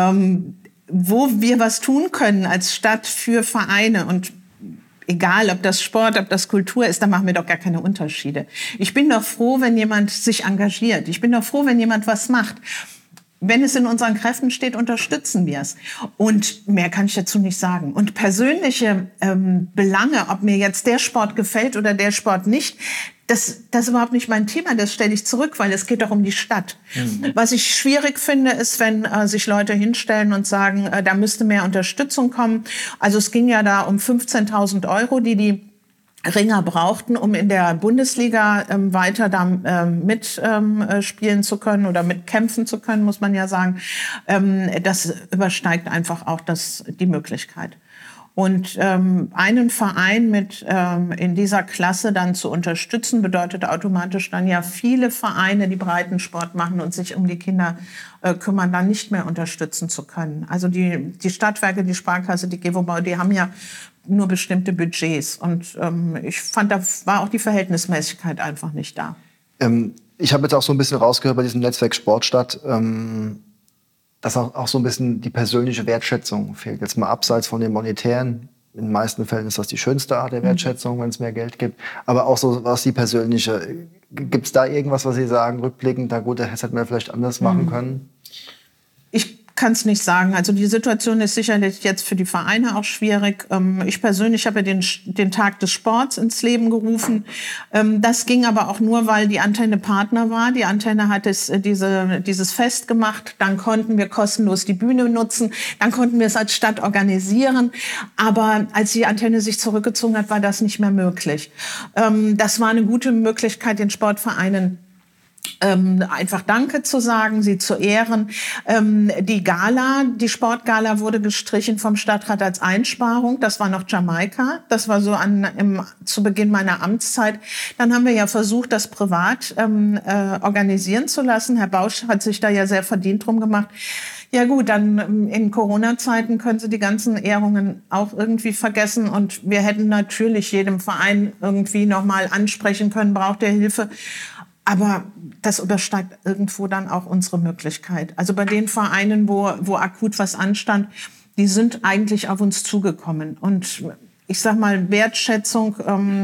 Speaker 2: Wo wir was tun können als Stadt für Vereine und egal, ob das Sport, ob das Kultur ist, da machen wir doch gar keine Unterschiede. Ich bin doch froh, wenn jemand sich engagiert. Ich bin doch froh, wenn jemand was macht. Wenn es in unseren Kräften steht, unterstützen wir es. Und mehr kann ich dazu nicht sagen. Und persönliche Belange, ob mir jetzt der Sport gefällt oder der Sport nicht, das ist überhaupt nicht mein Thema, das stelle ich zurück, weil es geht doch um die Stadt. Mhm. Was ich schwierig finde, ist, wenn sich Leute hinstellen und sagen, da müsste mehr Unterstützung kommen. Also es ging ja da um 15.000 €, die Ringer brauchten, um in der Bundesliga weiter da mitspielen zu können oder mitkämpfen zu können, muss man ja sagen. Das übersteigt einfach auch die Möglichkeit. Und einen Verein in dieser Klasse dann zu unterstützen, bedeutet automatisch dann ja viele Vereine, die Breitensport machen und sich um die Kinder kümmern, dann nicht mehr unterstützen zu können. Also die Stadtwerke, die Sparkasse, die Gewobau, die haben ja nur bestimmte Budgets. Und ich fand, da war auch die Verhältnismäßigkeit einfach nicht da.
Speaker 1: Ich habe jetzt auch so ein bisschen rausgehört bei diesem Netzwerk Sportstadt, dass auch so ein bisschen die persönliche Wertschätzung fehlt. Jetzt mal abseits von den monetären. In den meisten Fällen ist das die schönste Art der Wertschätzung, wenn es mehr Geld gibt. Aber auch so was die persönliche. Gibt es da irgendwas, was Sie sagen, rückblickend, na gut, das hätte man vielleicht anders machen können? Ich
Speaker 2: kann es nicht sagen. Also die Situation ist sicherlich jetzt für die Vereine auch schwierig. Ich persönlich habe ja den Tag des Sports ins Leben gerufen. Das ging aber auch nur, weil die Antenne Partner war. Die Antenne hat dieses Fest gemacht. Dann konnten wir kostenlos die Bühne nutzen. Dann konnten wir es als Stadt organisieren. Aber als die Antenne sich zurückgezogen hat, war das nicht mehr möglich. Das war eine gute Möglichkeit, den Sportvereinen einfach Danke zu sagen, sie zu ehren. Die Sportgala wurde gestrichen vom Stadtrat als Einsparung. Das war noch Jamaika. Das war so zu Beginn meiner Amtszeit. Dann haben wir ja versucht, das privat organisieren zu lassen. Herr Bausch hat sich da ja sehr verdient drum gemacht. Ja gut, dann in Corona-Zeiten können Sie die ganzen Ehrungen auch irgendwie vergessen. Und wir hätten natürlich jedem Verein irgendwie nochmal ansprechen können, braucht er Hilfe. Aber das übersteigt irgendwo dann auch unsere Möglichkeit. Also bei den Vereinen, wo akut was anstand, die sind eigentlich auf uns zugekommen. Und ich sag mal, Wertschätzung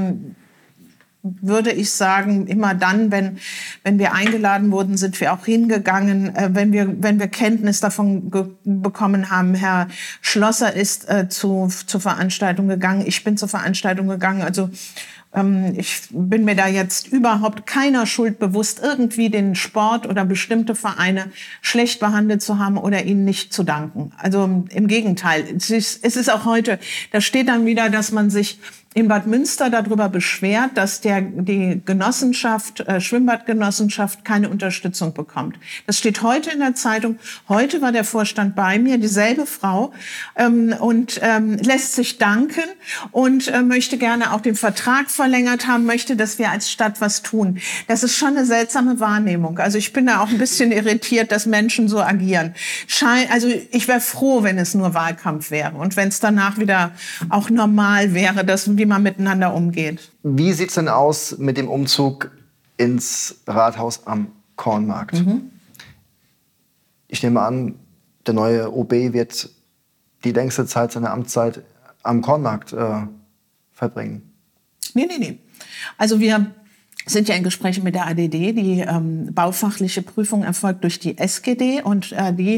Speaker 2: würde ich sagen, immer dann, wenn wir eingeladen wurden, sind wir auch hingegangen. Wenn wir Kenntnis davon bekommen haben, Herr Schlosser ist zur Veranstaltung gegangen, ich bin zur Veranstaltung gegangen. Also ich bin mir da jetzt überhaupt keiner Schuld bewusst, irgendwie den Sport oder bestimmte Vereine schlecht behandelt zu haben oder ihnen nicht zu danken. Also im Gegenteil. Es ist auch heute, da steht dann wieder, dass man sich in Bad Münster darüber beschwert, dass die Genossenschaft, Schwimmbadgenossenschaft keine Unterstützung bekommt. Das steht heute in der Zeitung. Heute war der Vorstand bei mir, dieselbe Frau, und lässt sich danken und möchte gerne auch den Vertrag verlängert haben, möchte, dass wir als Stadt was tun. Das ist schon eine seltsame Wahrnehmung. Also ich bin da auch ein bisschen irritiert, dass Menschen so agieren. Also ich wäre froh, wenn es nur Wahlkampf wäre und wenn es danach wieder auch normal wäre, wie man miteinander umgeht.
Speaker 1: Wie sieht's denn aus mit dem Umzug ins Rathaus am Kornmarkt? ich nehme an, der neue OB wird die längste Zeit seiner Amtszeit am Kornmarkt verbringen.
Speaker 2: Nee. Also wir sind ja in Gesprächen mit der ADD. Die baufachliche Prüfung erfolgt durch die SGD und die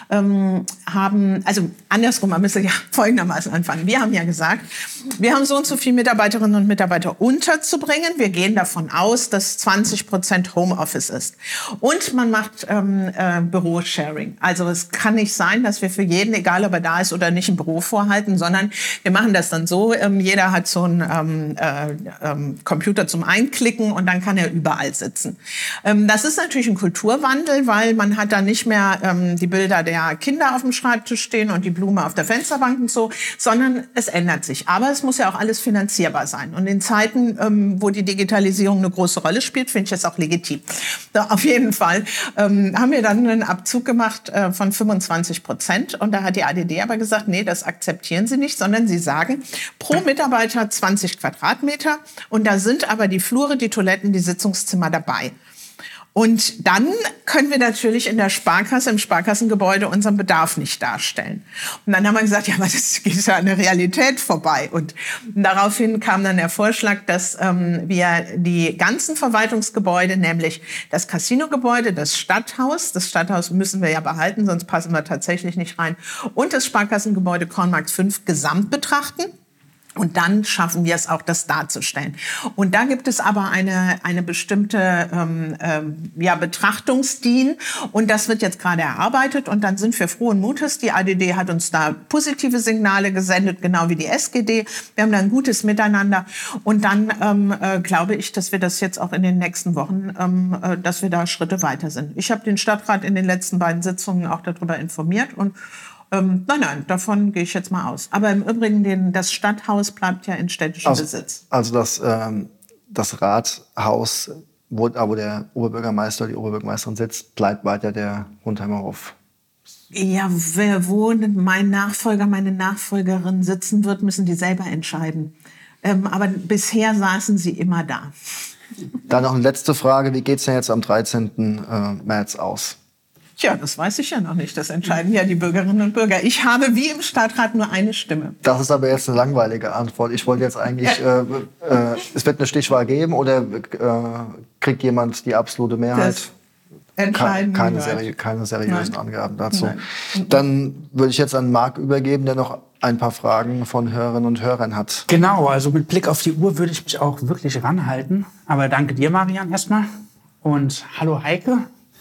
Speaker 2: haben, also andersrum, man müsste ja folgendermaßen anfangen. Wir haben ja gesagt, wir haben so und so viele Mitarbeiterinnen und Mitarbeiter unterzubringen. Wir gehen davon aus, dass 20% Homeoffice ist. Und man macht Bürosharing. Also es kann nicht sein, dass wir für jeden, egal ob er da ist oder nicht, ein Büro vorhalten, sondern wir machen das dann so, jeder hat so einen Computer zum Einklicken und dann kann er überall sitzen. Das ist natürlich ein Kulturwandel, weil man hat da nicht mehr die Bilder der Kinder auf dem Schreibtisch stehen und die Blume auf der Fensterbank und so, sondern es ändert sich. Aber es muss ja auch alles finanzierbar sein. Und in Zeiten, wo die Digitalisierung eine große Rolle spielt, finde ich das auch legitim. Da, auf jeden Fall haben wir dann einen Abzug gemacht von 25%. Und da hat die ADD aber gesagt, nee, das akzeptieren sie nicht, sondern sie sagen, pro Mitarbeiter 20 Quadratmeter. Und da sind aber die Flure, die Toiletten, die Sitzungszimmer dabei. Und dann können wir natürlich in der Sparkasse, im Sparkassengebäude unseren Bedarf nicht darstellen. Und dann haben wir gesagt, ja, aber das geht ja an der Realität vorbei. Und daraufhin kam dann der Vorschlag, dass wir die ganzen Verwaltungsgebäude, nämlich das Casinogebäude, das Stadthaus müssen wir ja behalten, sonst passen wir tatsächlich nicht rein, und das Sparkassengebäude Kornmarkt 5 gesamt betrachten. Und dann schaffen wir es auch, das darzustellen. Und da gibt es aber eine bestimmte Betrachtungsdien. Und das wird jetzt gerade erarbeitet. Und dann sind wir frohen Mutes. Die ADD hat uns da positive Signale gesendet, genau wie die SGD. Wir haben da ein gutes Miteinander. Und dann glaube ich, dass wir das jetzt auch in den nächsten Wochen, dass wir da Schritte weiter sind. Ich habe den Stadtrat in den letzten beiden Sitzungen auch darüber informiert. Und nein, davon gehe ich jetzt mal aus. Aber im Übrigen, das Stadthaus bleibt ja in städtischem Besitz.
Speaker 1: Also das Rathaus, wo der Oberbürgermeister oder die Oberbürgermeisterin sitzt, bleibt weiter der Rundheimer Hof.
Speaker 2: Ja, wo mein Nachfolger, meine Nachfolgerin sitzen wird, müssen die selber entscheiden. Aber bisher saßen sie immer da.
Speaker 1: Dann noch eine letzte Frage. Wie geht es denn jetzt am 13. März aus?
Speaker 2: Tja, das weiß ich ja noch nicht. Das entscheiden ja die Bürgerinnen und Bürger. Ich habe wie im Stadtrat nur eine Stimme.
Speaker 1: Das ist aber jetzt eine langweilige Antwort. Ich wollte jetzt eigentlich, es wird eine Stichwahl geben oder kriegt jemand die absolute Mehrheit? Keine seriösen Angaben dazu. Nein. Dann würde ich jetzt an Marc übergeben, der noch ein paar Fragen von Hörerinnen und Hörern hat.
Speaker 3: Genau, also mit Blick auf die Uhr würde ich mich auch wirklich ranhalten. Aber danke dir, Marian, erstmal. Und hallo, Heike.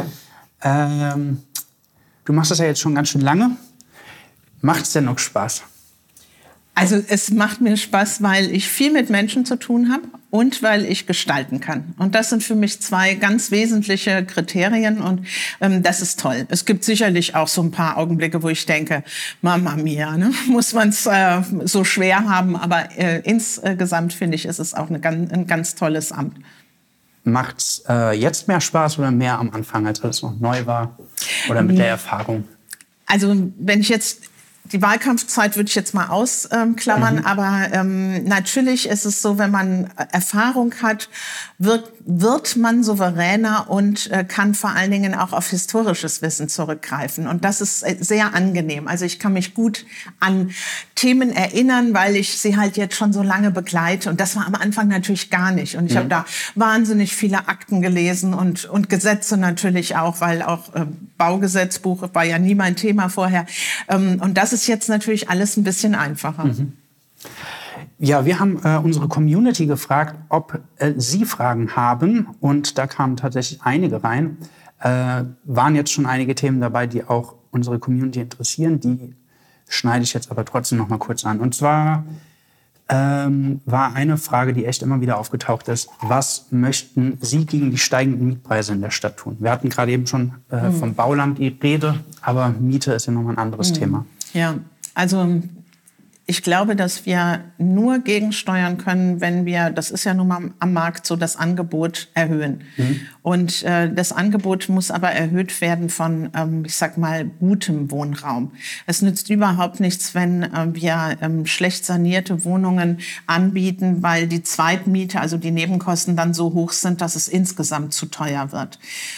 Speaker 3: Du machst das ja jetzt schon ganz schön lange. Macht es denn noch Spaß?
Speaker 2: Also es macht mir Spaß, weil ich viel mit Menschen zu tun habe und weil ich gestalten kann. Und das sind für mich zwei ganz wesentliche Kriterien und das ist toll. Es gibt sicherlich auch so ein paar Augenblicke, wo ich denke, Mama mia, ne? Muss man es so schwer haben. Aber insgesamt finde ich, ist es auch ein ganz tolles Amt.
Speaker 3: Macht's jetzt mehr Spaß oder mehr am Anfang, als es noch neu war? Oder mit der Erfahrung?
Speaker 2: Also wenn ich jetzt die Wahlkampfzeit würde ich jetzt mal ausklammern, aber natürlich ist es so, wenn man Erfahrung hat, wird man souveräner und kann vor allen Dingen auch auf historisches Wissen zurückgreifen. Und das ist sehr angenehm. Also ich kann mich gut an Themen erinnern, weil ich sie halt jetzt schon so lange begleite. Und das war am Anfang natürlich gar nicht. Und ich habe da wahnsinnig viele Akten gelesen und Gesetze natürlich auch, weil auch Baugesetzbuch war ja nie mein Thema vorher. Und das ist jetzt natürlich alles ein bisschen einfacher.
Speaker 3: Ja, wir haben unsere Community gefragt, ob sie Fragen haben. Und da kamen tatsächlich einige rein. Waren jetzt schon einige Themen dabei, die auch unsere Community interessieren. Die schneide ich jetzt aber trotzdem noch mal kurz an. Und zwar war eine Frage, die echt immer wieder aufgetaucht ist. Was möchten Sie gegen die steigenden Mietpreise in der Stadt tun? Wir hatten gerade eben schon vom Bauland die Rede, aber Miete ist ja nochmal ein anderes Thema.
Speaker 2: Ja, also Ich glaube, dass wir nur gegensteuern können, wenn wir, das ist ja nun mal am Markt so, das Angebot erhöhen. Und das Angebot muss aber erhöht werden von, ich sag mal, gutem Wohnraum. Es nützt überhaupt nichts, wenn wir schlecht sanierte Wohnungen anbieten, weil die Zweitmiete, also die Nebenkosten dann so hoch sind, dass es insgesamt zu teuer wird.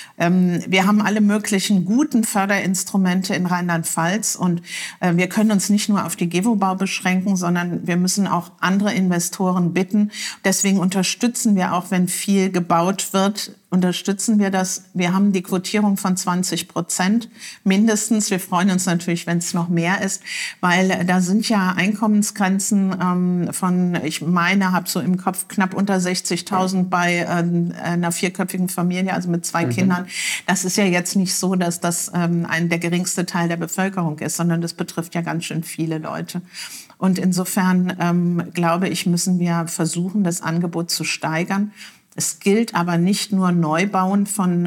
Speaker 2: Wir haben alle möglichen guten Förderinstrumente in Rheinland-Pfalz und wir können uns nicht nur auf die Gewobau beschränken, sondern wir müssen auch andere Investoren bitten. Deswegen unterstützen wir auch, wenn viel gebaut wird, unterstützen wir das. Wir haben die Quotierung von 20% mindestens. Wir freuen uns natürlich, wenn es noch mehr ist, weil da sind ja Einkommensgrenzen von, ich meine, habe so im Kopf knapp unter 60.000 bei einer vierköpfigen Familie, also mit 2 Kindern. Das ist ja jetzt nicht so, dass das der geringste Teil der Bevölkerung ist, sondern das betrifft ja ganz schön viele Leute. Und insofern, glaube ich, müssen wir versuchen, das Angebot zu steigern. Es gilt aber nicht nur Neubauen von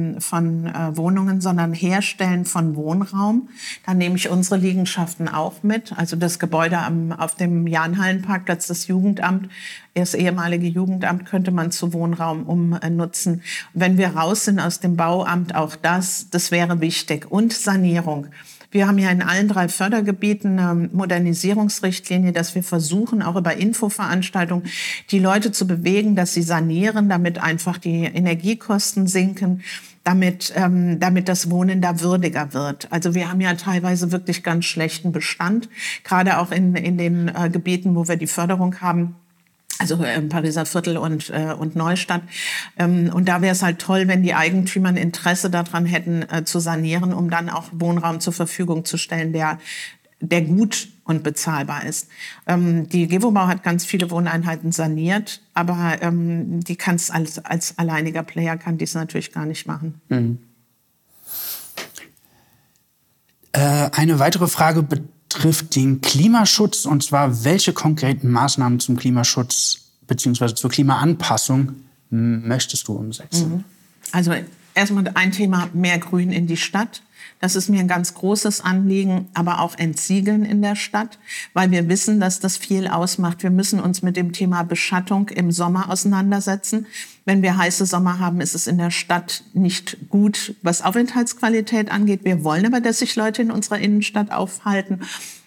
Speaker 2: Wohnungen, sondern Herstellen von Wohnraum. Da nehme ich unsere Liegenschaften auch mit. Also das Gebäude auf dem Jahnhallenparkplatz, das Jugendamt, das ehemalige Jugendamt, könnte man zu Wohnraum umnutzen. Wenn wir raus sind aus dem Bauamt, auch das wäre wichtig. Und Sanierung. Wir haben ja in allen 3 Fördergebieten eine Modernisierungsrichtlinie, dass wir versuchen, auch über Infoveranstaltungen die Leute zu bewegen, dass sie sanieren, damit einfach die Energiekosten sinken, damit das Wohnen da würdiger wird. Also wir haben ja teilweise wirklich ganz schlechten Bestand, gerade auch in den Gebieten, wo wir die Förderung haben. Also Pariser Viertel und Neustadt. Und da wäre es halt toll, wenn die Eigentümer ein Interesse daran hätten, zu sanieren, um dann auch Wohnraum zur Verfügung zu stellen, der gut und bezahlbar ist. Die Gewobau hat ganz viele Wohneinheiten saniert, aber die kann es als alleiniger Player kann dies natürlich gar nicht machen.
Speaker 3: Eine weitere Frage betrifft den Klimaschutz, und zwar, welche konkreten Maßnahmen zum Klimaschutz bzw. zur Klimaanpassung möchtest du umsetzen?
Speaker 2: Also erstmal ein Thema, mehr Grün in die Stadt. Das ist mir ein ganz großes Anliegen, aber auch Entsiegeln in der Stadt, weil wir wissen, dass das viel ausmacht. Wir müssen uns mit dem Thema Beschattung im Sommer auseinandersetzen. Wenn wir heiße Sommer haben, ist es in der Stadt nicht gut, was Aufenthaltsqualität angeht. Wir wollen aber, dass sich Leute in unserer Innenstadt aufhalten.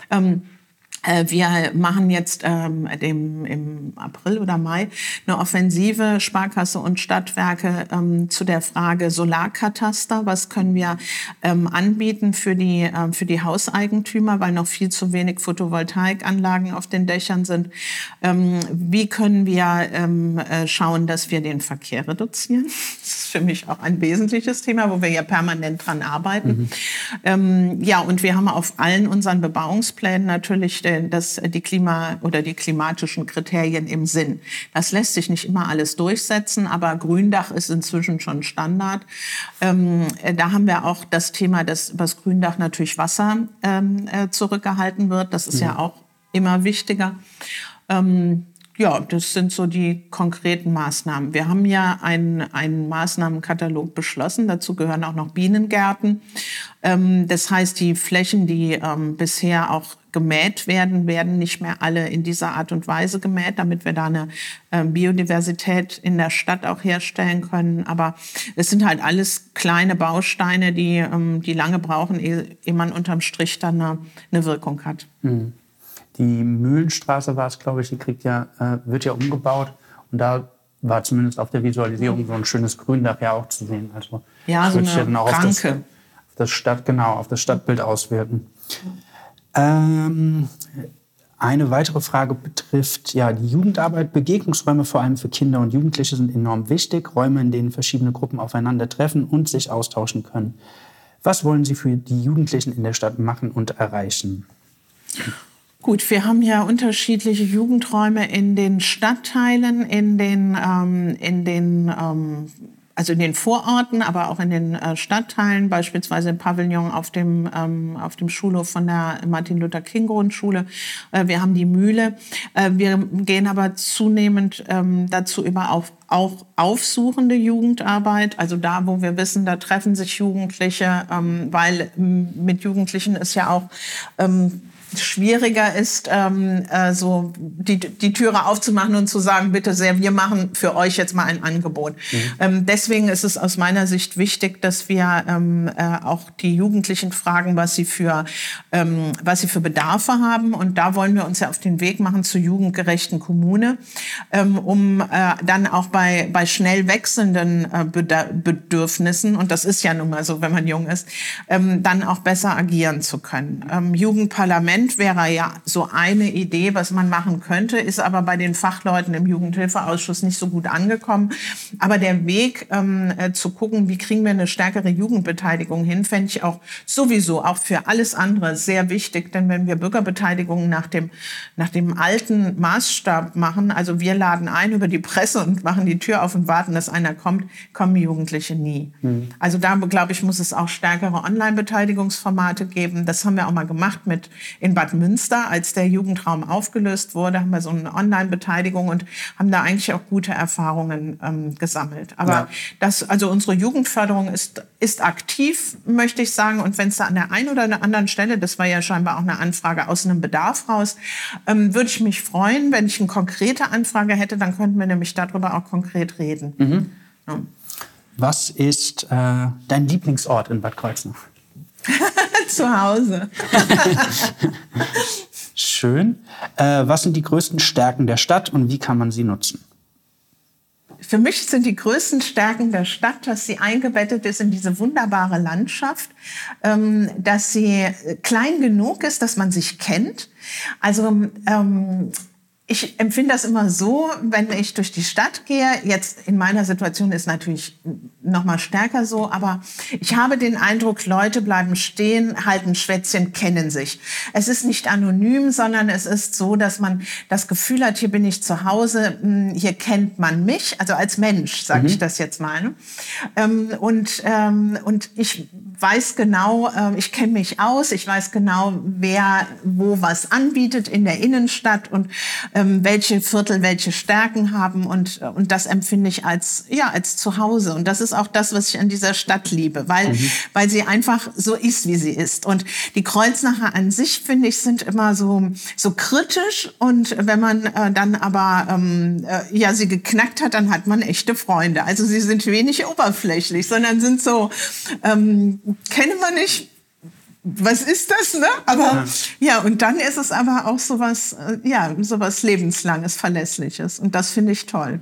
Speaker 2: Wir machen jetzt im April oder Mai eine Offensive, Sparkasse und Stadtwerke, zu der Frage Solarkataster. Was können wir anbieten für die Hauseigentümer, weil noch viel zu wenig Photovoltaikanlagen auf den Dächern sind? Wie können wir schauen, dass wir den Verkehr reduzieren? Das ist für mich auch ein wesentliches Thema, wo wir ja permanent dran arbeiten. Ja, und wir haben auf allen unseren Bebauungsplänen natürlich die klimatischen Kriterien im Sinn. Das lässt sich nicht immer alles durchsetzen, aber Gründach ist inzwischen schon Standard. Da haben wir auch das Thema, dass übers Gründach natürlich Wasser zurückgehalten wird. Das ist ja auch immer wichtiger. Ja, das sind so die konkreten Maßnahmen. Wir haben ja einen Maßnahmenkatalog beschlossen. Dazu gehören auch noch Bienengärten. Das heißt, die Flächen, die bisher auch gemäht werden nicht mehr alle in dieser Art und Weise gemäht, damit wir da eine Biodiversität in der Stadt auch herstellen können. Aber es sind halt alles kleine Bausteine, die lange brauchen, ehe man unterm Strich dann eine Wirkung hat.
Speaker 3: Die Mühlenstraße war es, glaube ich, wird ja umgebaut. Und da war zumindest auf der Visualisierung so ein schönes Gründach ja auch zu sehen. Also
Speaker 2: ja, so eine Ranke.
Speaker 3: Auf das Stadtbild auswirken. Eine weitere Frage betrifft die Jugendarbeit. Begegnungsräume vor allem für Kinder und Jugendliche sind enorm wichtig. Räume, in denen verschiedene Gruppen aufeinandertreffen und sich austauschen können. Was wollen Sie für die Jugendlichen in der Stadt machen und erreichen?
Speaker 2: Gut, wir haben ja unterschiedliche Jugendräume in den Stadtteilen, in den Vororten, aber auch in den Stadtteilen, beispielsweise im Pavillon auf dem Schulhof von der Martin-Luther-King-Grundschule. Wir haben die Mühle. Wir gehen aber zunehmend dazu über auch aufsuchende Jugendarbeit, also da, wo wir wissen, da treffen sich Jugendliche, weil mit Jugendlichen ist ja auch schwieriger ist, so die Türe aufzumachen und zu sagen, bitte sehr, wir machen für euch jetzt mal ein Angebot. Deswegen ist es aus meiner Sicht wichtig, dass wir auch die Jugendlichen fragen, was sie für Bedarfe haben. Und da wollen wir uns ja auf den Weg machen zur jugendgerechten Kommune, um dann auch bei schnell wechselnden Bedürfnissen, und das ist ja nun mal so, wenn man jung ist, dann auch besser agieren zu können. Jugendparlament wäre ja so eine Idee, was man machen könnte, ist aber bei den Fachleuten im Jugendhilfeausschuss nicht so gut angekommen. Aber der Weg zu gucken, wie kriegen wir eine stärkere Jugendbeteiligung hin, fände ich auch sowieso auch für alles andere sehr wichtig. Denn wenn wir Bürgerbeteiligung nach dem alten Maßstab machen, also wir laden ein über die Presse und machen die Tür auf und warten, dass einer kommt, kommen Jugendliche nie. Also da, glaube ich, muss es auch stärkere Online-Beteiligungsformate geben. Das haben wir auch mal gemacht in Bad Münster, als der Jugendraum aufgelöst wurde, haben wir so eine Online-Beteiligung und haben da eigentlich auch gute Erfahrungen gesammelt. Aber also unsere Jugendförderung ist aktiv, möchte ich sagen. Und wenn es da an der einen oder anderen Stelle, das war ja scheinbar auch eine Anfrage aus einem Bedarf raus, würde ich mich freuen, wenn ich eine konkrete Anfrage hätte, dann könnten wir nämlich darüber auch konkret reden. Ja.
Speaker 3: Was ist dein Lieblingsort in Bad Kreuznach?
Speaker 2: Zu Hause.
Speaker 3: Schön. Was sind die größten Stärken der Stadt und wie kann man sie nutzen?
Speaker 2: Für mich sind die größten Stärken der Stadt, dass sie eingebettet ist in diese wunderbare Landschaft, dass sie klein genug ist, dass man sich kennt. Also ich empfinde das immer so, wenn ich durch die Stadt gehe. Jetzt in meiner Situation ist natürlich noch mal stärker so, aber ich habe den Eindruck, Leute bleiben stehen, halten Schwätzchen, kennen sich. Es ist nicht anonym, sondern es ist so, dass man das Gefühl hat, hier bin ich zu Hause, hier kennt man mich, also als Mensch, sage ich das jetzt mal. Und ich weiß genau, ich kenne mich aus, ich weiß genau, wer wo was anbietet in der Innenstadt und welche Viertel welche Stärken haben und das empfinde ich als Zuhause. Und das ist auch das, was ich an dieser Stadt liebe, weil sie einfach so ist, wie sie ist. Und die Kreuznacher an sich, finde ich, sind immer so kritisch. Und wenn man dann aber sie geknackt hat, dann hat man echte Freunde. Also sie sind wenig oberflächlich, sondern sind so, kennen wir nicht. Was ist das, ne? Aber und dann ist es aber auch sowas Lebenslanges, Verlässliches. Und das finde ich toll.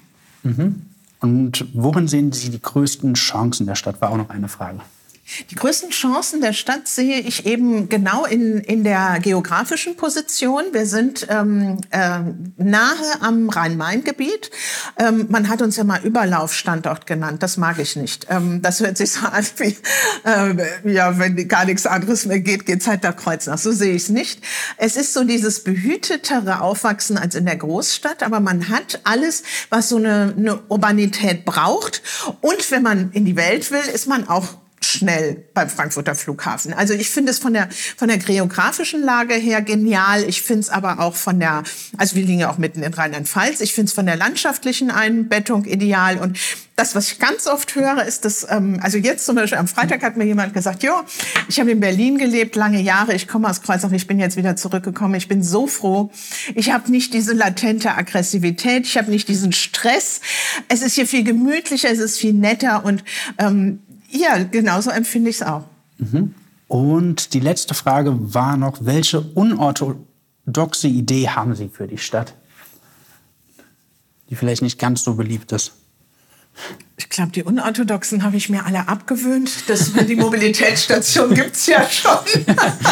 Speaker 3: Und worin sehen Sie die größten Chancen der Stadt? War auch noch eine Frage.
Speaker 2: Die größten Chancen der Stadt sehe ich eben genau in der geografischen Position. Wir sind nahe am Rhein-Main-Gebiet. Man hat uns ja mal Überlaufstandort genannt. Das mag ich nicht. Das hört sich so an wie, wenn gar nichts anderes mehr geht, geht's halt nach Kreuznach. So sehe ich es nicht. Es ist so dieses behütetere Aufwachsen als in der Großstadt, aber man hat alles, was so eine Urbanität braucht. Und wenn man in die Welt will, ist man auch schnell beim Frankfurter Flughafen. Also ich finde es von der geografischen Lage her genial. Ich finde es aber auch also wir liegen ja auch mitten in Rheinland-Pfalz. Ich finde es von der landschaftlichen Einbettung ideal. Und das, was ich ganz oft höre, ist, dass, also jetzt zum Beispiel am Freitag hat mir jemand gesagt, ich habe in Berlin gelebt, lange Jahre, ich komme aus Kreuznach, ich bin jetzt wieder zurückgekommen. Ich bin so froh. Ich habe nicht diese latente Aggressivität, ich habe nicht diesen Stress. Es ist hier viel gemütlicher, es ist viel netter und genauso empfinde ich es auch.
Speaker 3: Und die letzte Frage war noch, welche unorthodoxe Idee haben Sie für die Stadt, die vielleicht nicht ganz so beliebt ist?
Speaker 2: Ich glaube, die unorthodoxen habe ich mir alle abgewöhnt. Die Mobilitätsstation gibt es ja schon.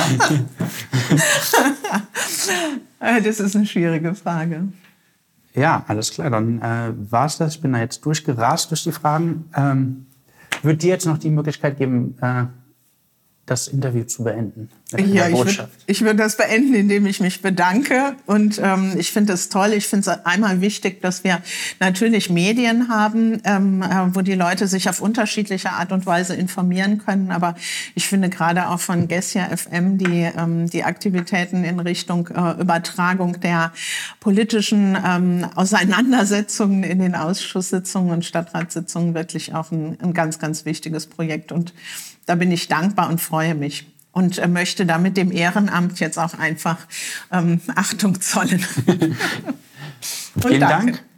Speaker 2: Das ist eine schwierige Frage.
Speaker 3: Ja, alles klar. Dann war es das. Ich bin da jetzt durchgerast durch die Fragen. Würde dir jetzt noch die Möglichkeit geben, das Interview zu beenden?
Speaker 2: Ja, ich würde das beenden, indem ich mich bedanke. Und ich finde es toll. Ich finde es einmal wichtig, dass wir natürlich Medien haben, wo die Leute sich auf unterschiedliche Art und Weise informieren können. Aber ich finde gerade auch von Gessia FM die Aktivitäten in Richtung Übertragung der politischen Auseinandersetzungen in den Ausschusssitzungen und Stadtratssitzungen wirklich auch ein ganz, ganz wichtiges Projekt. Und da bin ich dankbar und freue mich. und möchte damit dem Ehrenamt jetzt auch einfach Achtung zollen.
Speaker 3: Vielen Dank.